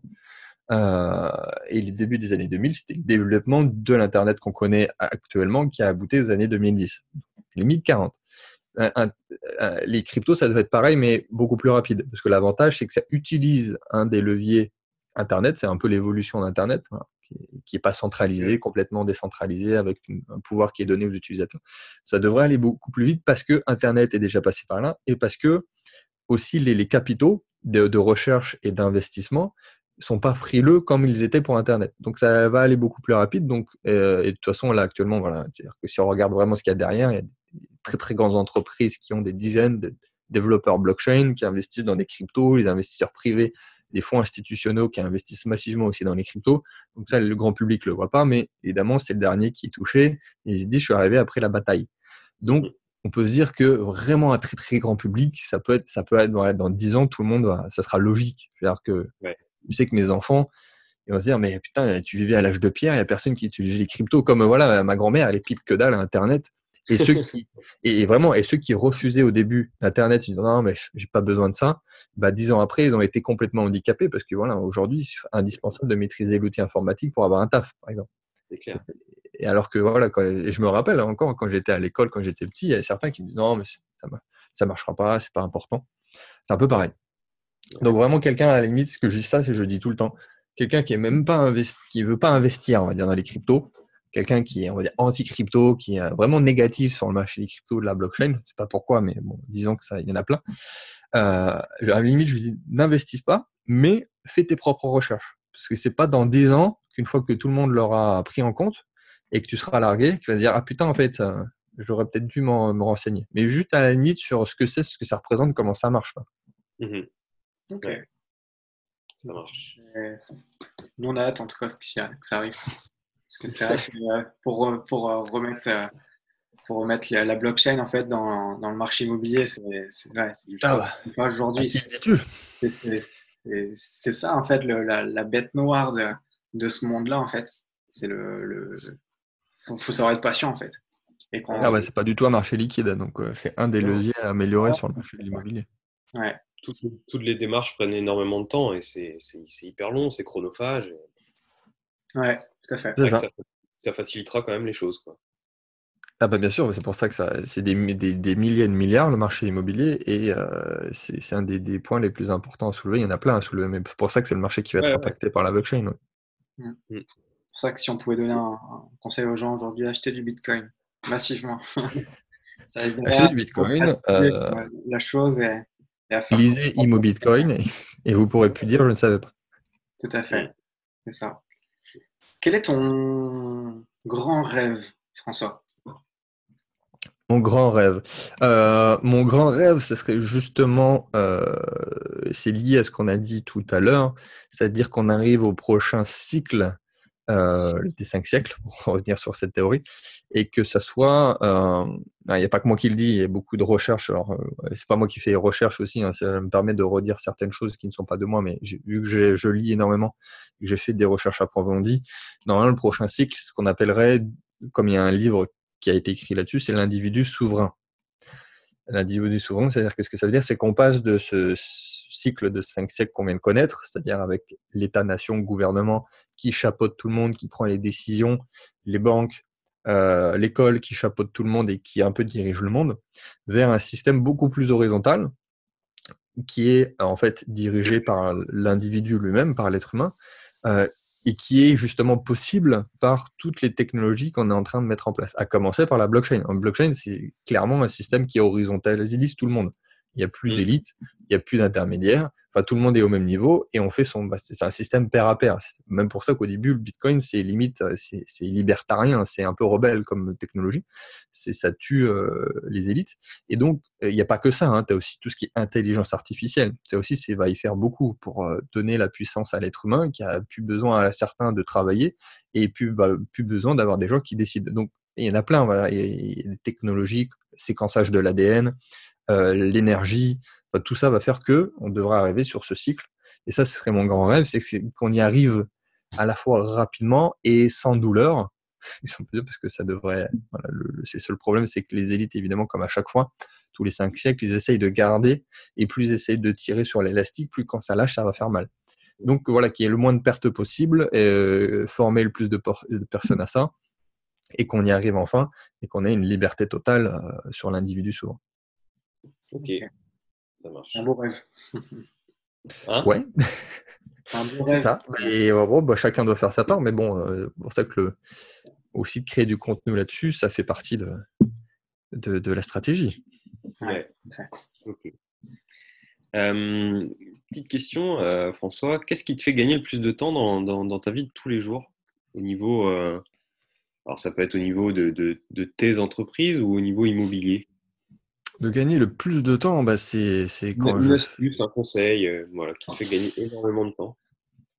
[SPEAKER 3] Euh, et les débuts des années deux mille, c'était le développement de l'Internet qu'on connaît actuellement qui a abouti aux années deux mille dix. Limite quarante. Un- un- un- les cryptos, ça doit être pareil, mais beaucoup plus rapide. Parce que l'avantage, c'est que ça utilise un des leviers Internet, c'est un peu l'évolution d'Internet, voilà, qui n'est pas centralisé, complètement décentralisé, avec une- un pouvoir qui est donné aux utilisateurs. Ça devrait aller beaucoup plus vite parce que Internet est déjà passé par là et parce que aussi les, les capitaux de, de recherche et d'investissement sont pas frileux comme ils étaient pour Internet. Donc ça va aller beaucoup plus rapide. Donc, euh, et de toute façon, là actuellement, voilà, c'est-à-dire que si on regarde vraiment ce qu'il y a derrière, il y a des très très grandes entreprises qui ont des dizaines de développeurs blockchain, qui investissent dans des cryptos, les investisseurs privés, des fonds institutionnels qui investissent massivement aussi dans les cryptos. Donc ça, le grand public le voit pas, mais évidemment, c'est le dernier qui est touché et il se dit, je suis arrivé après la bataille. Donc, on peut se dire que vraiment un très très grand public, ça peut être, ça peut être voilà, dans dix ans, tout le monde, va- ça sera logique. C'est-à-dire que
[SPEAKER 2] Ouais.
[SPEAKER 3] je sais que mes enfants, ils vont se dire, mais putain, tu vivais à l'âge de pierre, il n'y a personne qui utilise les cryptos. Comme voilà, ma grand-mère, elle est pipe que dalle à Internet. Et ceux qui, et vraiment, et ceux qui refusaient au début Internet, ils disent non, mais j'ai pas besoin de ça. Bah, dix ans après, ils ont été complètement handicapés parce que voilà, aujourd'hui, c'est indispensable de maîtriser l'outil informatique pour avoir un taf, par exemple.
[SPEAKER 2] C'est clair.
[SPEAKER 3] Et alors que voilà, quand, et je me rappelle encore quand j'étais à l'école, quand j'étais petit, il y a certains qui me disent non, mais ça, ça marchera pas, c'est pas important. C'est un peu pareil. Donc vraiment, quelqu'un à la limite, ce que je dis ça, c'est je dis tout le temps, quelqu'un qui est même pas investi, qui veut pas investir, on va dire, dans les cryptos, quelqu'un qui est, on va dire, anti-crypto, qui est vraiment négatif sur le marché des cryptos, de la blockchain, je sais pas pourquoi, mais bon, disons que ça, il y en a plein. Euh, à la limite, je lui dis, n'investis pas, mais fais tes propres recherches. Parce que c'est pas dans dix ans qu'une fois que tout le monde l'aura pris en compte et que tu seras largué, tu vas dire, ah putain, en fait, euh, j'aurais peut-être dû m'en, me renseigner. Mais juste à la limite sur ce que c'est, ce que ça représente, comment ça marche. Quoi.
[SPEAKER 2] Mmh.
[SPEAKER 1] Ok.
[SPEAKER 2] Ouais. Ça marche.
[SPEAKER 1] Euh, ça- Nous, on a hâte en tout cas que ça que ça arrive. Parce que c'est vrai que euh, pour, pour euh, remettre, euh, pour remettre la, la blockchain en fait, dans, dans le marché immobilier, c'est c'est- ouais, c'est ultra
[SPEAKER 3] Ah bah,
[SPEAKER 1] compliqué aujourd'hui.
[SPEAKER 3] à qui le dis-tu ?
[SPEAKER 1] C'est c'est- c'est- c'est ça en fait, le- la, la bête noire de, de ce monde-là en fait. C'est le, le... Faut, faut savoir être patient en fait. Et
[SPEAKER 3] Ah
[SPEAKER 1] quand,
[SPEAKER 3] bah, c'est pas du tout un marché liquide, donc euh, c'est un des leviers à améliorer sur le marché de l'immobilier.
[SPEAKER 1] ouais,
[SPEAKER 2] Toutes, toutes les démarches prennent énormément de temps et c'est c'est- c'est hyper long, c'est chronophage. Et
[SPEAKER 1] ouais, tout à fait.
[SPEAKER 2] c'est
[SPEAKER 3] C'est
[SPEAKER 2] vrai que
[SPEAKER 3] ça.
[SPEAKER 2] ça, ça facilitera quand même les choses, quoi.
[SPEAKER 3] Ah bah bien sûr, c'est pour ça que ça, c'est des, mi- des, des milliers de milliards le marché immobilier et euh, c'est c'est un des, des points les plus importants à soulever. Il y en a plein à soulever, mais c'est pour ça que c'est le marché qui va être
[SPEAKER 2] Ouais, ouais.
[SPEAKER 3] impacté par la blockchain. Ouais.
[SPEAKER 1] Mm.
[SPEAKER 2] Mm.
[SPEAKER 1] C'est pour ça que si on pouvait donner un, un conseil aux gens aujourd'hui, acheter du Bitcoin massivement. Ça aiderait
[SPEAKER 3] Achetez
[SPEAKER 1] à
[SPEAKER 3] du Bitcoin,
[SPEAKER 1] faciliter,
[SPEAKER 3] euh,
[SPEAKER 1] euh, la chose et, et à faire
[SPEAKER 3] lisez Imo Bitcoin et, et vous pourrez plus dire je ne savais pas.
[SPEAKER 1] tout à
[SPEAKER 2] Mm.
[SPEAKER 1] fait. C'est ça. Quel est ton grand rêve, François?
[SPEAKER 3] Mon grand rêve. Euh, mon grand rêve, ce serait justement, euh, c'est lié à ce qu'on a dit tout à l'heure, c'est-à-dire qu'on arrive au prochain cycle euh, des cinq siècles, pour revenir sur cette théorie, et que ça soit, euh, il n'y a pas que moi qui le dis, il y a beaucoup de recherches, alors euh, c'est pas moi qui fais les recherches aussi, hein, ça me permet de redire certaines choses qui ne sont pas de moi, mais j'ai, vu que j'ai, je lis énormément, que j'ai fait des recherches approfondies, normalement le prochain cycle, ce qu'on appellerait, comme il y a un livre qui a été écrit là-dessus, c'est l'individu souverain. L'individu souverain, c'est-à-dire qu'est-ce que ça veut dire? C'est qu'on passe de ce cycle de cinq siècles qu'on vient de connaître, c'est-à-dire avec l'État-nation, le gouvernement qui chapeaute tout le monde, qui prend les décisions, les banques, euh, l'école qui chapeaute tout le monde et qui un peu dirige le monde, vers un système beaucoup plus horizontal qui est en fait dirigé par l'individu lui-même, par l'être humain, euh, et qui est justement possible par toutes les technologies qu'on est en train de mettre en place, à commencer par la blockchain. En blockchain, c'est clairement un système qui horizontalise tout le monde. Il n'y a plus
[SPEAKER 2] Mm.
[SPEAKER 3] d'élite, il n'y a plus d'intermédiaires, enfin tout le monde est au même niveau et on fait son, bah, c'est un système pair à pair. C'est même pour ça qu'au début, le Bitcoin, c'est limite, c'est, c'est libertarien, c'est un peu rebelle comme technologie. C'est, ça tue euh, les élites. Et donc, il euh, n'y a pas que ça, hein. Tu as aussi tout ce qui est intelligence artificielle. Ça aussi, ça va y faire beaucoup pour euh, donner la puissance à l'être humain qui a plus besoin à certains de travailler et plus, bah, plus besoin d'avoir des gens qui décident. Donc, il y en a plein, voilà. Il y a des technologies, séquençage de l'A D N, euh, l'énergie, enfin, tout ça va faire que on devra arriver sur ce cycle. Et ça, ce serait mon grand rêve, c'est, que c'est qu'on y arrive à la fois rapidement et sans douleur. Parce que ça devrait. Voilà, le, le, le seul problème, c'est que les élites, évidemment, comme à chaque fois, tous les cinq siècles, ils essayent de garder et plus ils essayent de tirer sur l'élastique, plus quand ça lâche, ça va faire mal. Donc voilà, qu'il y ait le moins de pertes possible, euh, former le plus de, por- de personnes à ça, et qu'on y arrive enfin, et qu'on ait une liberté totale euh, sur l'individu souvent.
[SPEAKER 2] Ok, ça marche.
[SPEAKER 1] Un beau rêve.
[SPEAKER 2] Hein?
[SPEAKER 3] Ouais,
[SPEAKER 1] Un beau
[SPEAKER 3] c'est
[SPEAKER 1] rêve.
[SPEAKER 3] ça. Et euh, bon, bah, chacun doit faire sa part, mais bon, euh, pour ça que le, aussi de créer du contenu là-dessus, ça fait partie de, de, de la stratégie.
[SPEAKER 2] Ouais. Ok. Euh, petite question, euh, François, qu'est-ce qui te fait gagner le plus de temps dans, dans, dans ta vie de tous les jours? Au niveau, euh, alors ça peut être au niveau de, de, de tes entreprises ou au niveau immobilier?
[SPEAKER 3] De gagner le plus de temps, bah c'est, c'est
[SPEAKER 2] Une,
[SPEAKER 3] quand
[SPEAKER 2] une
[SPEAKER 3] je...
[SPEAKER 2] astuce, un conseil, euh, voilà, qui te fait gagner énormément de temps.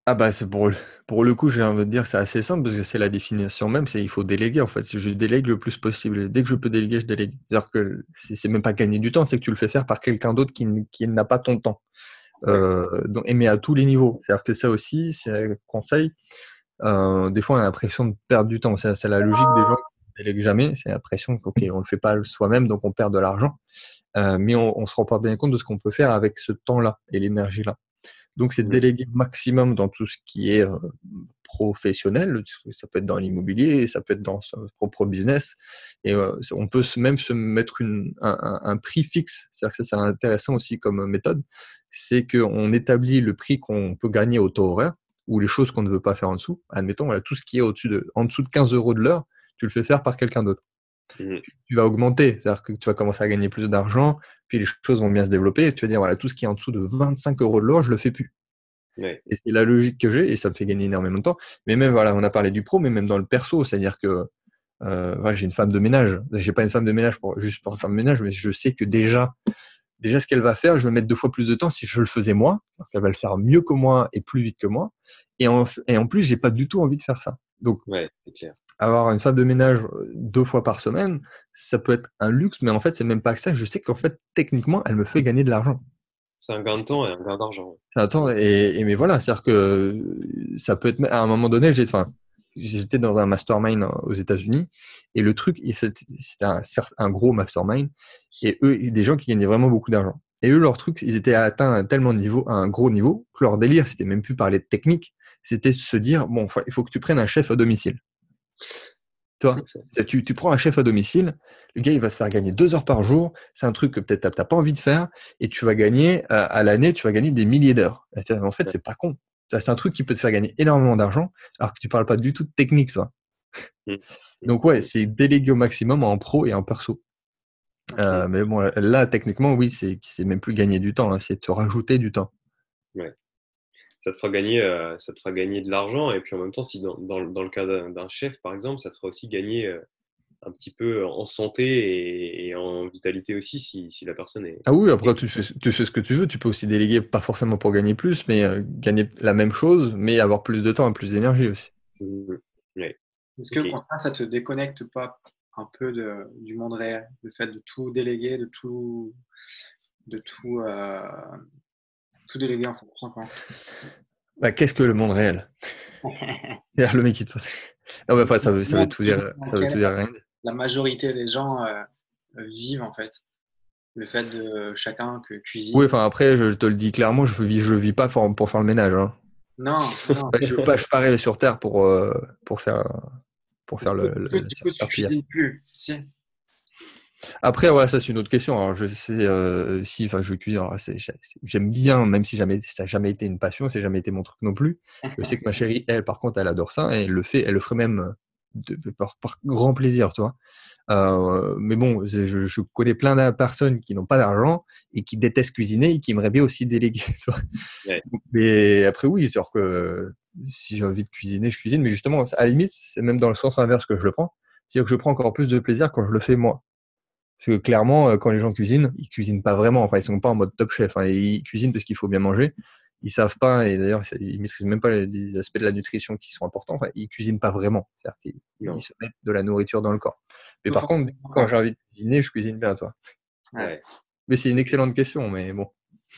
[SPEAKER 3] Ah bah c'est pour le, pour le coup, j'ai envie de dire que c'est assez simple parce que c'est la définition même, c'est il faut déléguer en fait. Si je délègue le plus possible, dès que je peux déléguer, je délègue. C'est-à-dire que c'est c'est même pas gagner du temps, c'est que tu le fais faire par quelqu'un d'autre qui, n- qui n'a pas ton temps.
[SPEAKER 2] Ouais.
[SPEAKER 3] Euh, donc, et mais à tous les niveaux. C'est-à-dire que ça aussi, c'est un conseil. Euh, des fois, on a l'impression de perdre du temps. C'est c'est la logique des gens qui ne délèguent jamais. C'est l'impression qu'on ne le fait pas soi-même, donc on perd de l'argent. Euh, mais on ne se rend pas bien compte de ce qu'on peut faire avec ce temps-là et l'énergie-là. Donc, c'est de
[SPEAKER 2] Mm.
[SPEAKER 3] déléguer maximum dans tout ce qui est euh, professionnel. Ça peut être dans l'immobilier, ça peut être dans son propre business. Et euh, on peut même se mettre une, un, un, un prix fixe. C'est-à-dire que ça, c'est intéressant aussi comme méthode. C'est qu'on établit le prix qu'on peut gagner au taux horaire ou les choses qu'on ne veut pas faire en dessous. Admettons, voilà, tout ce qui est au-dessus de, en dessous de quinze euros de l'heure, tu le fais faire par quelqu'un d'autre.
[SPEAKER 2] Mm.
[SPEAKER 3] Tu vas augmenter, c'est-à-dire que tu vas commencer à gagner plus d'argent, puis les choses vont bien se développer. Et tu vas dire, voilà, tout ce qui est en dessous de vingt-cinq euros de l'heure, je le fais plus.
[SPEAKER 2] Ouais.
[SPEAKER 3] Et c'est la logique que j'ai, et ça me fait gagner énormément de temps. Mais même, voilà, on a parlé du pro, mais même dans le perso, c'est-à-dire que euh, voilà, j'ai une femme de ménage. J'ai pas une femme de ménage pour juste pour faire de ménage, mais je sais que déjà, déjà ce qu'elle va faire, je vais mettre deux fois plus de temps si je le faisais moi. Alors qu'elle va le faire mieux que moi et plus vite que moi. Et en, et en plus, j'ai pas du tout envie de faire ça. Donc,
[SPEAKER 2] Ouais, c'est clair.
[SPEAKER 3] avoir une femme de ménage deux fois par semaine, ça peut être un luxe, mais en fait, c'est même pas que ça. Je sais qu'en fait, techniquement, elle me fait gagner de l'argent.
[SPEAKER 2] C'est un gain de temps et un gain d'argent.
[SPEAKER 3] Attends, et, et mais voilà, c'est-à-dire que ça peut être à un moment donné, j'ai, enfin, j'étais dans un mastermind aux États-Unis et le truc, c'était c'était un, un gros mastermind et eux, des gens qui gagnaient vraiment beaucoup d'argent. Et eux, leur truc, ils étaient atteints à un tellement de niveau, à un gros niveau, que leur délire, c'était même plus parler de technique, c'était de se dire bon, il faut que tu prennes un chef à domicile. Toi, tu, tu prends un chef à domicile, le gars, il va se faire gagner deux heures par jour. C'est un truc que peut-être tu n'as pas envie de faire et tu vas gagner, à, à l'année, tu vas gagner des milliers d'heures. Et en fait,
[SPEAKER 2] Ouais.
[SPEAKER 3] c'est pas con. Ça, c'est un truc qui peut te faire gagner énormément d'argent alors que tu parles pas du tout de technique, ça.
[SPEAKER 2] Mm. Mm.
[SPEAKER 3] Donc, ouais,
[SPEAKER 2] Mm.
[SPEAKER 3] c'est déléguer au maximum en pro et en perso.
[SPEAKER 1] Ok.
[SPEAKER 3] Euh, mais bon, là, techniquement, oui, c'est, c'est même plus gagner du temps, hein, c'est te rajouter du temps.
[SPEAKER 2] Ouais. Ça te fera gagner, euh, ça te fera gagner de l'argent. Et puis en même temps, si dans, dans, dans le cas d'un d'un chef, par exemple, ça te fera aussi gagner euh, un petit peu en santé et, et en vitalité aussi si, si la personne est.
[SPEAKER 3] Ah oui, après, tu fais, tu fais ce que tu veux. Tu peux aussi déléguer, pas forcément pour gagner plus, mais euh, gagner la même chose, mais avoir plus de temps et plus d'énergie aussi.
[SPEAKER 2] Mm. Ouais.
[SPEAKER 1] Est-ce que
[SPEAKER 2] Ok.
[SPEAKER 1] au contraire, ça te déconnecte pas un peu de, du monde réel, le fait de tout déléguer, de tout, de tout, euh, tout déléguer en fonction quoi.
[SPEAKER 3] Bah, qu'est-ce que le monde réel? C'est-à-dire le mec qui te pose. Non, mais enfin, ça veut,
[SPEAKER 1] Le
[SPEAKER 3] ça veut
[SPEAKER 1] monde
[SPEAKER 3] tout dire,
[SPEAKER 1] dans
[SPEAKER 3] ça veut
[SPEAKER 1] lequel
[SPEAKER 3] tout dire rien dire.
[SPEAKER 1] la majorité des gens euh, vivent en fait. Le fait de chacun que
[SPEAKER 3] Oui,
[SPEAKER 1] cuisine.
[SPEAKER 3] enfin, après, je, je te le dis clairement, je vis, je vis pas pour, pour faire le ménage, hein.
[SPEAKER 1] Non, non.
[SPEAKER 3] Enfin, je veux pas, je suis pas arrivé sur Terre pour, euh, pour faire, pour faire le,
[SPEAKER 1] Du coup,
[SPEAKER 3] le
[SPEAKER 1] du coup, tu
[SPEAKER 3] serpillière.
[SPEAKER 1] cuisines plus. Si.
[SPEAKER 3] Après, voilà, ça c'est une autre question. Alors, je sais euh, si, enfin, je cuisine. Alors, c'est- c'est- j'aime bien, même si jamais, ça n'a jamais été une passion, c'est jamais été mon truc non plus. Je sais que ma chérie, elle, par contre, elle adore ça et elle le fait, elle le ferait même de, par, par grand plaisir, tu vois. Euh, mais bon, je, je connais plein de personnes qui n'ont pas d'argent et qui détestent cuisiner et qui aimeraient bien aussi déléguer, tu vois.
[SPEAKER 2] Ouais.
[SPEAKER 3] Mais après, oui, c'est sûr que si j'ai envie de cuisiner, je cuisine. Mais justement, à la limite, c'est même dans le sens inverse que je le prends. C'est-à-dire que je prends encore plus de plaisir quand je le fais moi. Parce que clairement, euh, quand les gens cuisinent, ils cuisinent pas vraiment. Enfin, ils sont pas en mode top chef, hein. Ils cuisinent parce qu'il faut bien manger. Ils savent pas, et d'ailleurs, ils maîtrisent même pas les, les aspects de la nutrition qui sont importants. Enfin, ils cuisinent pas vraiment. C'est-à-dire qu'ils ils
[SPEAKER 2] Non.
[SPEAKER 3] se mettent de la nourriture dans le corps. Mais
[SPEAKER 1] Pas
[SPEAKER 3] par contre,
[SPEAKER 1] forcément,
[SPEAKER 3] quand
[SPEAKER 1] quoi.
[SPEAKER 3] j'ai envie de cuisiner, je cuisine bien, toi.
[SPEAKER 1] Ouais.
[SPEAKER 2] Ouais.
[SPEAKER 3] Mais c'est une excellente question, mais bon.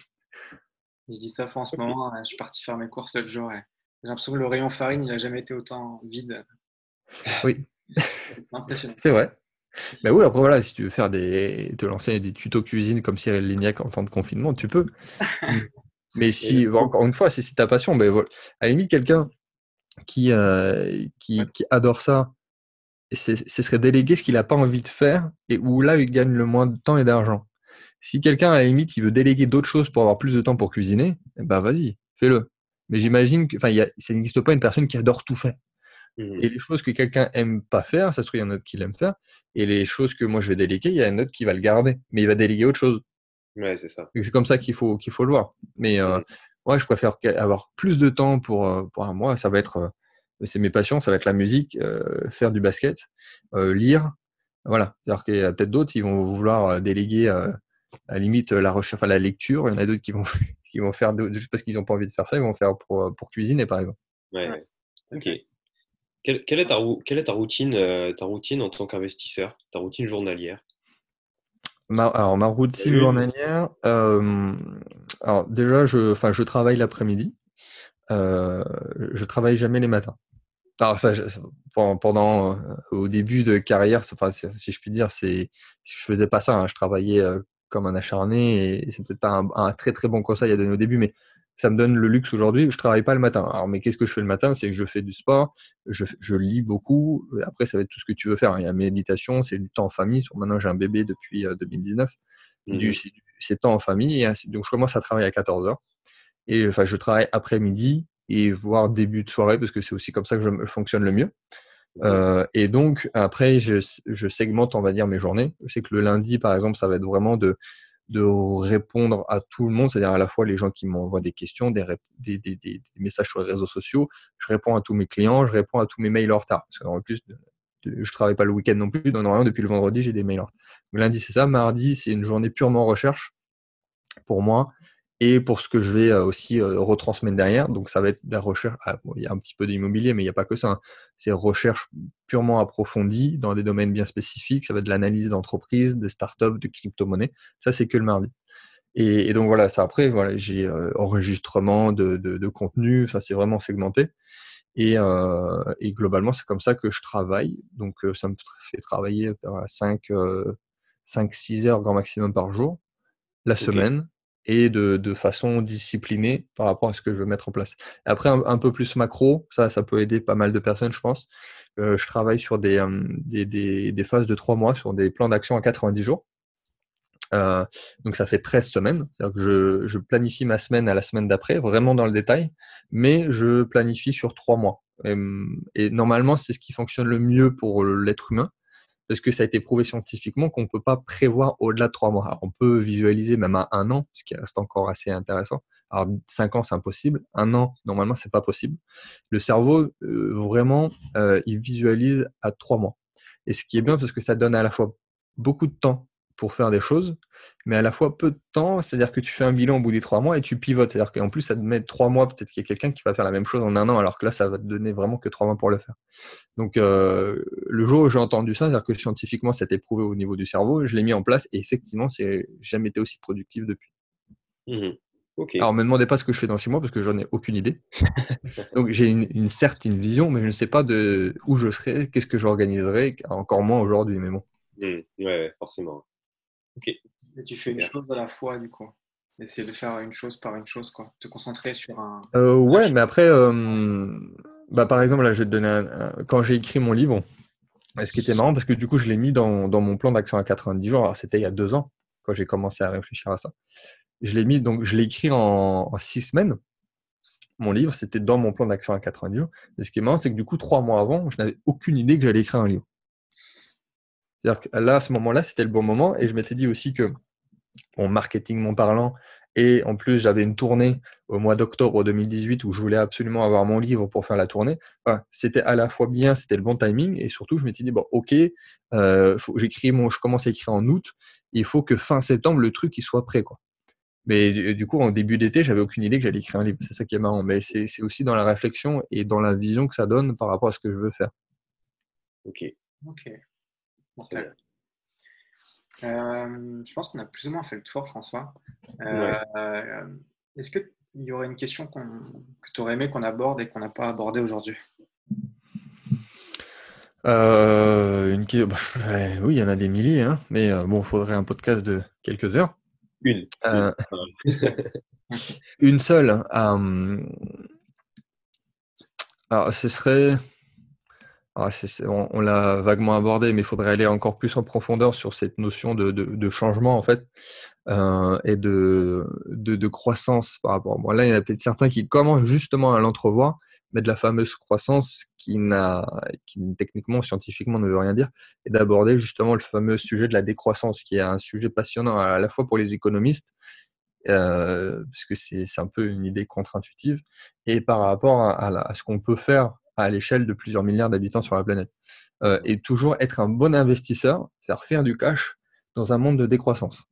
[SPEAKER 1] Je dis ça en ce
[SPEAKER 2] Ok.
[SPEAKER 1] moment. Je suis parti faire mes courses l'autre jour. Et j'ai l'impression que le rayon farine, il a jamais été autant vide.
[SPEAKER 3] Oui,
[SPEAKER 1] C'est impressionnant.
[SPEAKER 3] c'est vrai. Mais oui, après, voilà, si tu veux faire des, te lancer des tutos cuisine comme Cyril Lignac en temps de confinement, tu peux. Mais
[SPEAKER 2] Et là,
[SPEAKER 3] si, encore une fois, si c'est ta passion, ben voilà. À la limite, quelqu'un qui, euh,
[SPEAKER 2] ouais.
[SPEAKER 3] qui, qui adore ça, et c'est- ce serait déléguer ce qu'il n'a pas envie de faire et où là, il gagne le moins de temps et d'argent. Si quelqu'un, à la limite, il veut déléguer d'autres choses pour avoir plus de temps pour cuisiner, eh ben vas-y, fais-le. Mais j'imagine que, enfin, il y a, ça n'existe pas une personne qui adore tout faire.
[SPEAKER 2] Mhm.
[SPEAKER 3] Et les choses que quelqu'un aime pas faire, ça se trouve, il y en a un autre qui l'aime faire. Et les choses que moi je vais déléguer, il y a un autre qui va le garder. Mais il va déléguer autre chose.
[SPEAKER 2] Ouais, c'est ça.
[SPEAKER 3] Et c'est comme ça qu'il faut, qu'il faut le voir. Mais euh,
[SPEAKER 2] Mhm.
[SPEAKER 3] ouais, je préfère avoir plus de temps pour, euh, pour un mois. Ça va être, euh, c'est mes passions, ça va être la musique, euh, faire du basket, euh, lire. Voilà. C'est-à-dire qu'il y a peut-être d'autres qui vont vouloir euh, déléguer euh, à la limite la recherche, enfin la lecture. Il y en a d'autres qui vont, Ils vont faire de, juste parce qu'ils n'ont pas envie de faire ça, ils vont faire pour, pour cuisiner, par exemple.
[SPEAKER 2] Ouais,
[SPEAKER 1] Ouais.
[SPEAKER 2] ok. Quelle, quelle est ta, rou- quelle est ta routine, euh, ta routine en tant qu'investisseur, ta routine journalière?
[SPEAKER 3] Ma, alors, ma routine
[SPEAKER 2] Une.
[SPEAKER 3] journalière, euh, alors déjà, je, enfin, je travaille l'après-midi. Euh, je travaille jamais les matins. Alors ça, je- pendant, pendant, euh, au début de carrière, c'est pas, c'est- si je puis dire, c'est, je faisais pas ça, hein. Je travaillais euh, comme un acharné et c'est peut-être pas un, un très très bon conseil à donner au début, mais ça me donne le luxe aujourd'hui. Je travaille pas le matin. Alors, mais qu'est-ce que je fais le matin? C'est que je fais du sport, je, je lis beaucoup. Après, ça va être tout ce que tu veux faire, hein. Il y a méditation, c'est du temps en famille. Maintenant, j'ai un bébé depuis euh, deux mille dix-neuf. C'est du,
[SPEAKER 2] Mhm.
[SPEAKER 3] c'est du- c'est temps en famille. Et ainsi- donc, je commence à travailler à quatorze heures. Et enfin, je travaille après-midi et voire début de soirée parce que c'est aussi comme ça que je, je fonctionne le mieux.
[SPEAKER 2] Ok.
[SPEAKER 3] Euh, et donc, après, je, je segmente, on va dire, mes journées. Je sais que le lundi, par exemple, ça va être vraiment de, de répondre à tout le monde, c'est-à-dire à la fois les gens qui m'envoient des questions, des, rép- des, des, des, des messages sur les réseaux sociaux. Je réponds à tous mes clients, je réponds à tous mes mails en retard. Parce qu'en plus, de, de, je travaille pas le week-end non plus, donc normalement, depuis le vendredi, j'ai des mails en retard. Donc, lundi, c'est ça. Mardi, c'est une journée purement recherche pour moi et pour ce que je vais euh, aussi euh, retransmettre derrière. Donc, ça va être de la recherche. Ah, bon, il y a un petit peu d'immobilier, mais il n'y a pas que ça, hein. C'est recherche purement approfondie dans des domaines bien spécifiques. Ça va être de l'analyse d'entreprise, de start-up, de crypto-monnaie. Ça, c'est que le mardi. Et, et donc, voilà, ça après, voilà, j'ai euh, enregistrement de, de, de contenu. Ça, c'est vraiment segmenté. Et, euh, et globalement, c'est comme ça que je travaille. Donc, euh, ça me fait travailler à cinq, six heures grand maximum par jour la
[SPEAKER 2] Ok.
[SPEAKER 3] semaine et de, de façon disciplinée par rapport à ce que je veux mettre en place. Après, un, un peu plus macro, ça, ça peut aider pas mal de personnes, je pense. Euh, je travaille sur des, euh, des, des, des phases de trois mois, sur des plans d'action à quatre-vingt-dix jours. Euh, donc ça fait treize semaines. C'est-à-dire que je, je planifie ma semaine à la semaine d'après, vraiment dans le détail, mais je planifie sur trois mois. Et, et normalement, c'est ce qui fonctionne le mieux pour l'être humain parce que ça a été prouvé scientifiquement qu'on ne peut pas prévoir au-delà de trois mois. Alors, on peut visualiser même à un an, ce qui reste encore assez intéressant. Alors, cinq ans, c'est impossible. Un an, normalement, c'est pas possible. Le cerveau, euh, vraiment, euh, il visualise à trois mois. Et ce qui est bien, parce que ça donne à la fois beaucoup de temps pour faire des choses, mais à la fois peu de temps, c'est-à-dire que tu fais un bilan au bout des trois mois et tu pivotes. C'est-à-dire qu'en plus, ça te met trois mois, peut-être qu'il y a quelqu'un qui va faire la même chose en un an, alors que là, ça va te donner vraiment que trois mois pour le faire. Donc, euh, le jour où j'ai entendu ça, c'est-à-dire que scientifiquement, ça a été prouvé au niveau du cerveau, je l'ai mis en place et effectivement, c'est jamais été aussi productif depuis.
[SPEAKER 2] Mhm. Ok.
[SPEAKER 3] Alors, me demandez pas ce que je fais dans six mois parce que j'en ai aucune idée. Donc, j'ai une, une certaine vision, mais je ne sais pas de où je serai, qu'est-ce que j'organiserai, encore moins aujourd'hui. Mais bon.
[SPEAKER 2] Mhm. Ouais, ouais, forcément. Ok,
[SPEAKER 1] Et tu fais une
[SPEAKER 2] super.
[SPEAKER 1] chose à la fois, du coup. Essayer de faire une chose par une chose, quoi. Te concentrer sur un.
[SPEAKER 3] Euh, ouais, mais après, euh, bah, par exemple, là, je vais te donner un- un- quand j'ai écrit mon livre, ce qui était marrant, parce que du coup, je l'ai mis dans, dans mon plan d'action à quatre-vingt-dix jours. Alors, c'était il y a deux ans, quand j'ai commencé à réfléchir à ça. Je l'ai mis, donc je l'ai écrit en, en six semaines. Mon livre, c'était dans mon plan d'action à quatre-vingt-dix jours. Et ce qui est marrant, c'est que du coup, trois mois avant, je n'avais aucune idée que j'allais écrire un livre. C'est-à-dire que là, à ce moment-là, c'était le bon moment. Et je m'étais dit aussi que, en marketing mon parlant, et en plus, j'avais une tournée au mois d'octobre deux mille dix-huit où je voulais absolument avoir mon livre pour faire la tournée. Enfin, c'était à la fois bien, c'était le bon timing. Et surtout, je m'étais dit, bon, OK, euh, faut, j'écris mon, je commence à écrire en août. Il faut que fin septembre, le truc il soit prêt, quoi. Mais du, du coup, en début d'été, j'avais aucune idée que j'allais écrire un livre. C'est ça qui est marrant. Mais c'est c'est aussi dans la réflexion et dans la vision que ça donne par rapport à ce que je veux faire.
[SPEAKER 2] Ok,
[SPEAKER 1] Ok,
[SPEAKER 2] très
[SPEAKER 1] mortel.
[SPEAKER 2] bien.
[SPEAKER 1] Euh, je pense qu'on a plus ou moins fait le tour, François. Euh,
[SPEAKER 2] Ouais.
[SPEAKER 1] euh, Est-ce qu'il y aurait une question qu'on, que tu aurais aimé qu'on aborde et qu'on n'a pas abordée aujourd'hui?
[SPEAKER 3] Euh, une... qui- bah, ouais, oui, il y en a des milliers, hein, mais euh, bon, il faudrait un podcast de quelques heures.
[SPEAKER 2] Une. Une.
[SPEAKER 3] Euh,
[SPEAKER 2] Voilà.
[SPEAKER 1] Une seule.
[SPEAKER 3] une seule. euh, alors, ce serait. Alors, c'est- c'est- on on l'a vaguement abordé, mais il faudrait aller encore plus en profondeur sur cette notion de, de- de changement, en fait, euh, et de, de, de croissance par rapport. Bon, là, il y en a peut-être certains qui commencent justement à l'entrevoir, mais de la fameuse croissance qui n'a, qui techniquement, scientifiquement ne veut rien dire, et d'aborder justement le fameux sujet de la décroissance, qui est un sujet passionnant à la fois pour les économistes, euh, puisque c'est c'est un peu une idée contre-intuitive, et par rapport à, à la- à ce qu'on peut faire à l'échelle de plusieurs milliards d'habitants sur la planète. Euh, et toujours être un bon investisseur, c'est-à-dire faire du cash dans un monde de décroissance.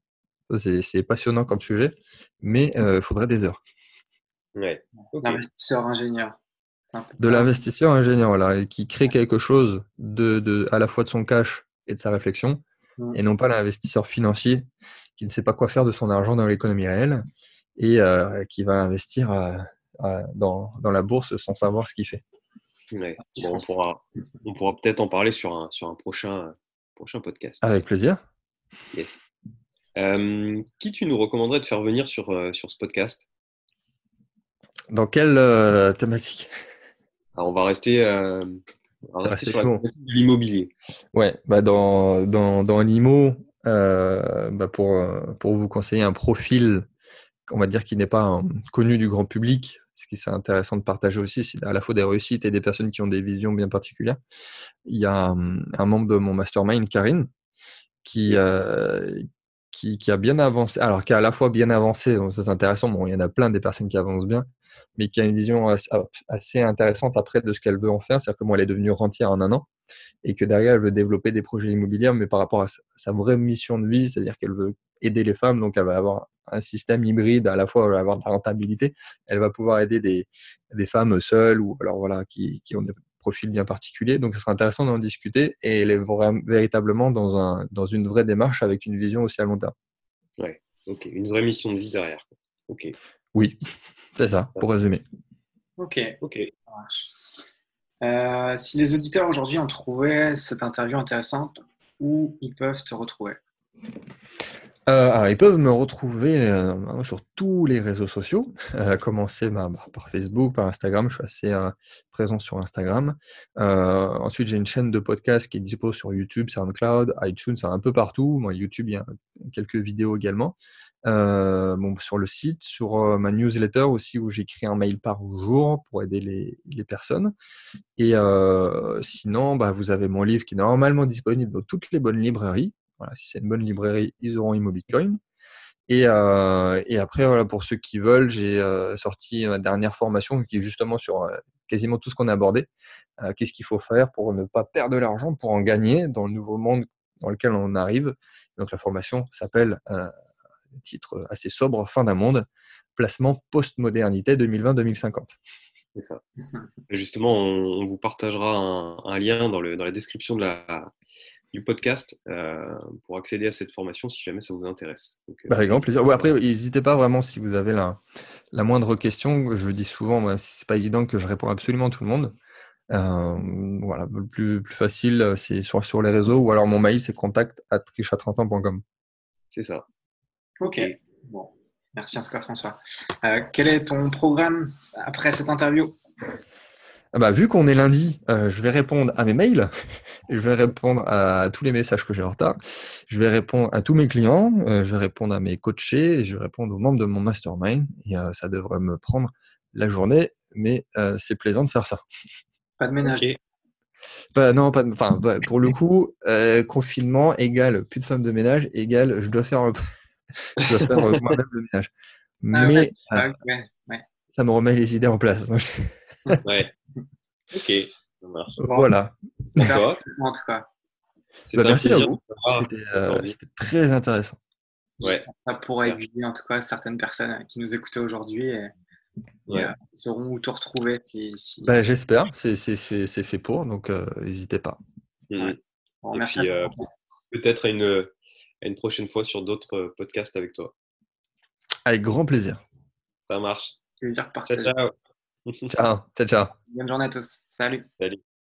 [SPEAKER 3] C'est, c'est passionnant comme sujet, mais il euh, faudrait des heures.
[SPEAKER 2] Ouais. Okay.
[SPEAKER 1] L'investisseur ingénieur.
[SPEAKER 3] De l'investisseur ingénieur, voilà, qui crée quelque chose de, de, à la fois de son cash et de sa réflexion, mmh. et non pas l'investisseur financier qui ne sait pas quoi faire de son argent dans l'économie réelle et euh, qui va investir à, à, dans, dans la bourse sans savoir ce qu'il fait.
[SPEAKER 2] Ouais. Bon, on pourra, on pourra peut-être en parler sur un, sur un prochain, prochain podcast.
[SPEAKER 3] Avec plaisir.
[SPEAKER 2] Yes. Euh, qui tu nous recommanderais de faire venir sur, euh, sur ce podcast?
[SPEAKER 3] Dans quelle euh, thématique?
[SPEAKER 2] Alors, on va rester, euh, on va rester sur la thématique de l'immobilier.
[SPEAKER 3] Ouais, bah dans, dans, dans l'IMO, euh, bah pour, pour vous conseiller un profil, on va dire, qui n'est pas un, connu du grand public, ce qui est intéressant de partager aussi, c'est à la fois des réussites et des personnes qui ont des visions bien particulières. Il y a un, un membre de mon mastermind, Karine, qui, euh, qui, qui a bien avancé, alors qui a à la fois bien avancé, donc ça c'est intéressant, bon, il y en a plein des personnes qui avancent bien, mais qui a une vision assez, assez intéressante après de ce qu'elle veut en faire, c'est-à-dire que moi elle est devenue rentière en un an, et que derrière elle veut développer des projets immobiliers, mais par rapport à sa, sa vraie mission de vie, c'est-à-dire qu'elle veut aider les femmes, donc elle va avoir un système hybride, à la fois elle va avoir de la rentabilité, elle va pouvoir aider des, des femmes seules, ou alors voilà, qui, qui ont des profil bien particulier, donc ce sera intéressant d'en discuter, et elle est vraiment, véritablement dans, un, dans une vraie démarche avec une vision aussi à long terme.
[SPEAKER 2] Ouais, ok, une vraie mission de vie derrière. Ok.
[SPEAKER 3] Oui, c'est ça, pour résumer.
[SPEAKER 1] Ok,
[SPEAKER 2] ok.
[SPEAKER 1] Euh, si les auditeurs aujourd'hui ont trouvé cette interview intéressante, où ils peuvent te retrouver?
[SPEAKER 3] Euh, alors, ils peuvent me retrouver euh, sur tous les réseaux sociaux, euh, à commencer bah, par Facebook, par Instagram. Je suis assez euh, présent sur Instagram. Euh, ensuite, j'ai une chaîne de podcast qui est dispo sur YouTube, SoundCloud, iTunes, un peu partout. Moi, YouTube, il y a quelques vidéos également. Euh, bon, sur le site, sur euh, ma newsletter aussi, où j'écris un mail par jour pour aider les, les personnes. Et euh, sinon, bah, vous avez mon livre qui est normalement disponible dans toutes les bonnes librairies. Voilà, si c'est une bonne librairie, ils auront ImmoBitcoin. Et, euh, et après, voilà, pour ceux qui veulent, j'ai euh, sorti ma dernière formation qui est justement sur euh, quasiment tout ce qu'on a abordé. Euh, qu'est-ce qu'il faut faire pour ne pas perdre de l'argent, pour en gagner dans le nouveau monde dans lequel on arrive. Donc la formation s'appelle, euh, titre assez sobre, Fin d'un monde, placement post-modernité deux mille vingt deux mille cinquante.
[SPEAKER 2] C'est ça. Et justement, on, on vous partagera un, un lien dans, le, dans la description de la, du podcast euh, pour accéder à cette formation si jamais ça vous intéresse. Donc, euh,
[SPEAKER 3] bah, avec grand plaisir. Ouais, après, n'hésitez pas vraiment si vous avez la, la moindre question. Je dis souvent, moi, si c'est pas évident, que je réponds absolument à tout le monde. Euh, voilà, le plus, plus facile, c'est sur, sur les réseaux, ou alors mon mail, c'est contact arobase riche à trente ans point com.
[SPEAKER 2] C'est ça.
[SPEAKER 1] Ok. okay. Bon. Merci en tout cas, François. Euh, quel est ton programme après cette interview?
[SPEAKER 3] Ah bah, vu qu'on est lundi, euh, je vais répondre à mes mails, je vais répondre à tous les messages que j'ai en retard, je vais répondre à tous mes clients, euh, je vais répondre à mes coachés, et je vais répondre aux membres de mon mastermind, et euh, ça devrait me prendre la journée, mais euh, c'est plaisant de faire ça.
[SPEAKER 1] Pas de ménage.
[SPEAKER 2] Okay.
[SPEAKER 3] Bah, non, pas de, enfin, bah, pour le coup, euh, confinement égale plus de femmes de ménage égale je dois faire, je dois faire euh, moi-même le ménage.
[SPEAKER 1] Ah,
[SPEAKER 3] Mais
[SPEAKER 1] ouais.
[SPEAKER 3] euh,
[SPEAKER 1] ouais, ouais.
[SPEAKER 3] ça me remet les idées en place.
[SPEAKER 2] Ouais. Ok, ça marche.
[SPEAKER 3] Voilà.
[SPEAKER 2] Bonsoir.
[SPEAKER 1] En tout cas.
[SPEAKER 3] Bah, merci à vous. C'était, euh, c'était très intéressant.
[SPEAKER 2] Ouais.
[SPEAKER 1] Ça pourrait aiguiller en tout cas certaines personnes qui nous écoutaient aujourd'hui et,
[SPEAKER 2] ouais.
[SPEAKER 1] et euh, sauront où te retrouver. Si, si...
[SPEAKER 3] Bah, j'espère. C'est, c'est, c'est, c'est fait pour, donc n'hésitez euh, pas.
[SPEAKER 2] Mmh.
[SPEAKER 1] Ouais. Bon,
[SPEAKER 2] et
[SPEAKER 1] merci
[SPEAKER 2] puis,
[SPEAKER 1] à
[SPEAKER 2] euh, peut-être à une, à une prochaine fois sur d'autres podcasts avec toi.
[SPEAKER 3] Avec grand plaisir.
[SPEAKER 2] Ça marche.
[SPEAKER 1] Plaisir de partager.
[SPEAKER 2] Ciao, ciao.
[SPEAKER 3] Ciao, ciao, ciao.
[SPEAKER 1] Bonne journée à tous. Salut.
[SPEAKER 2] Salut.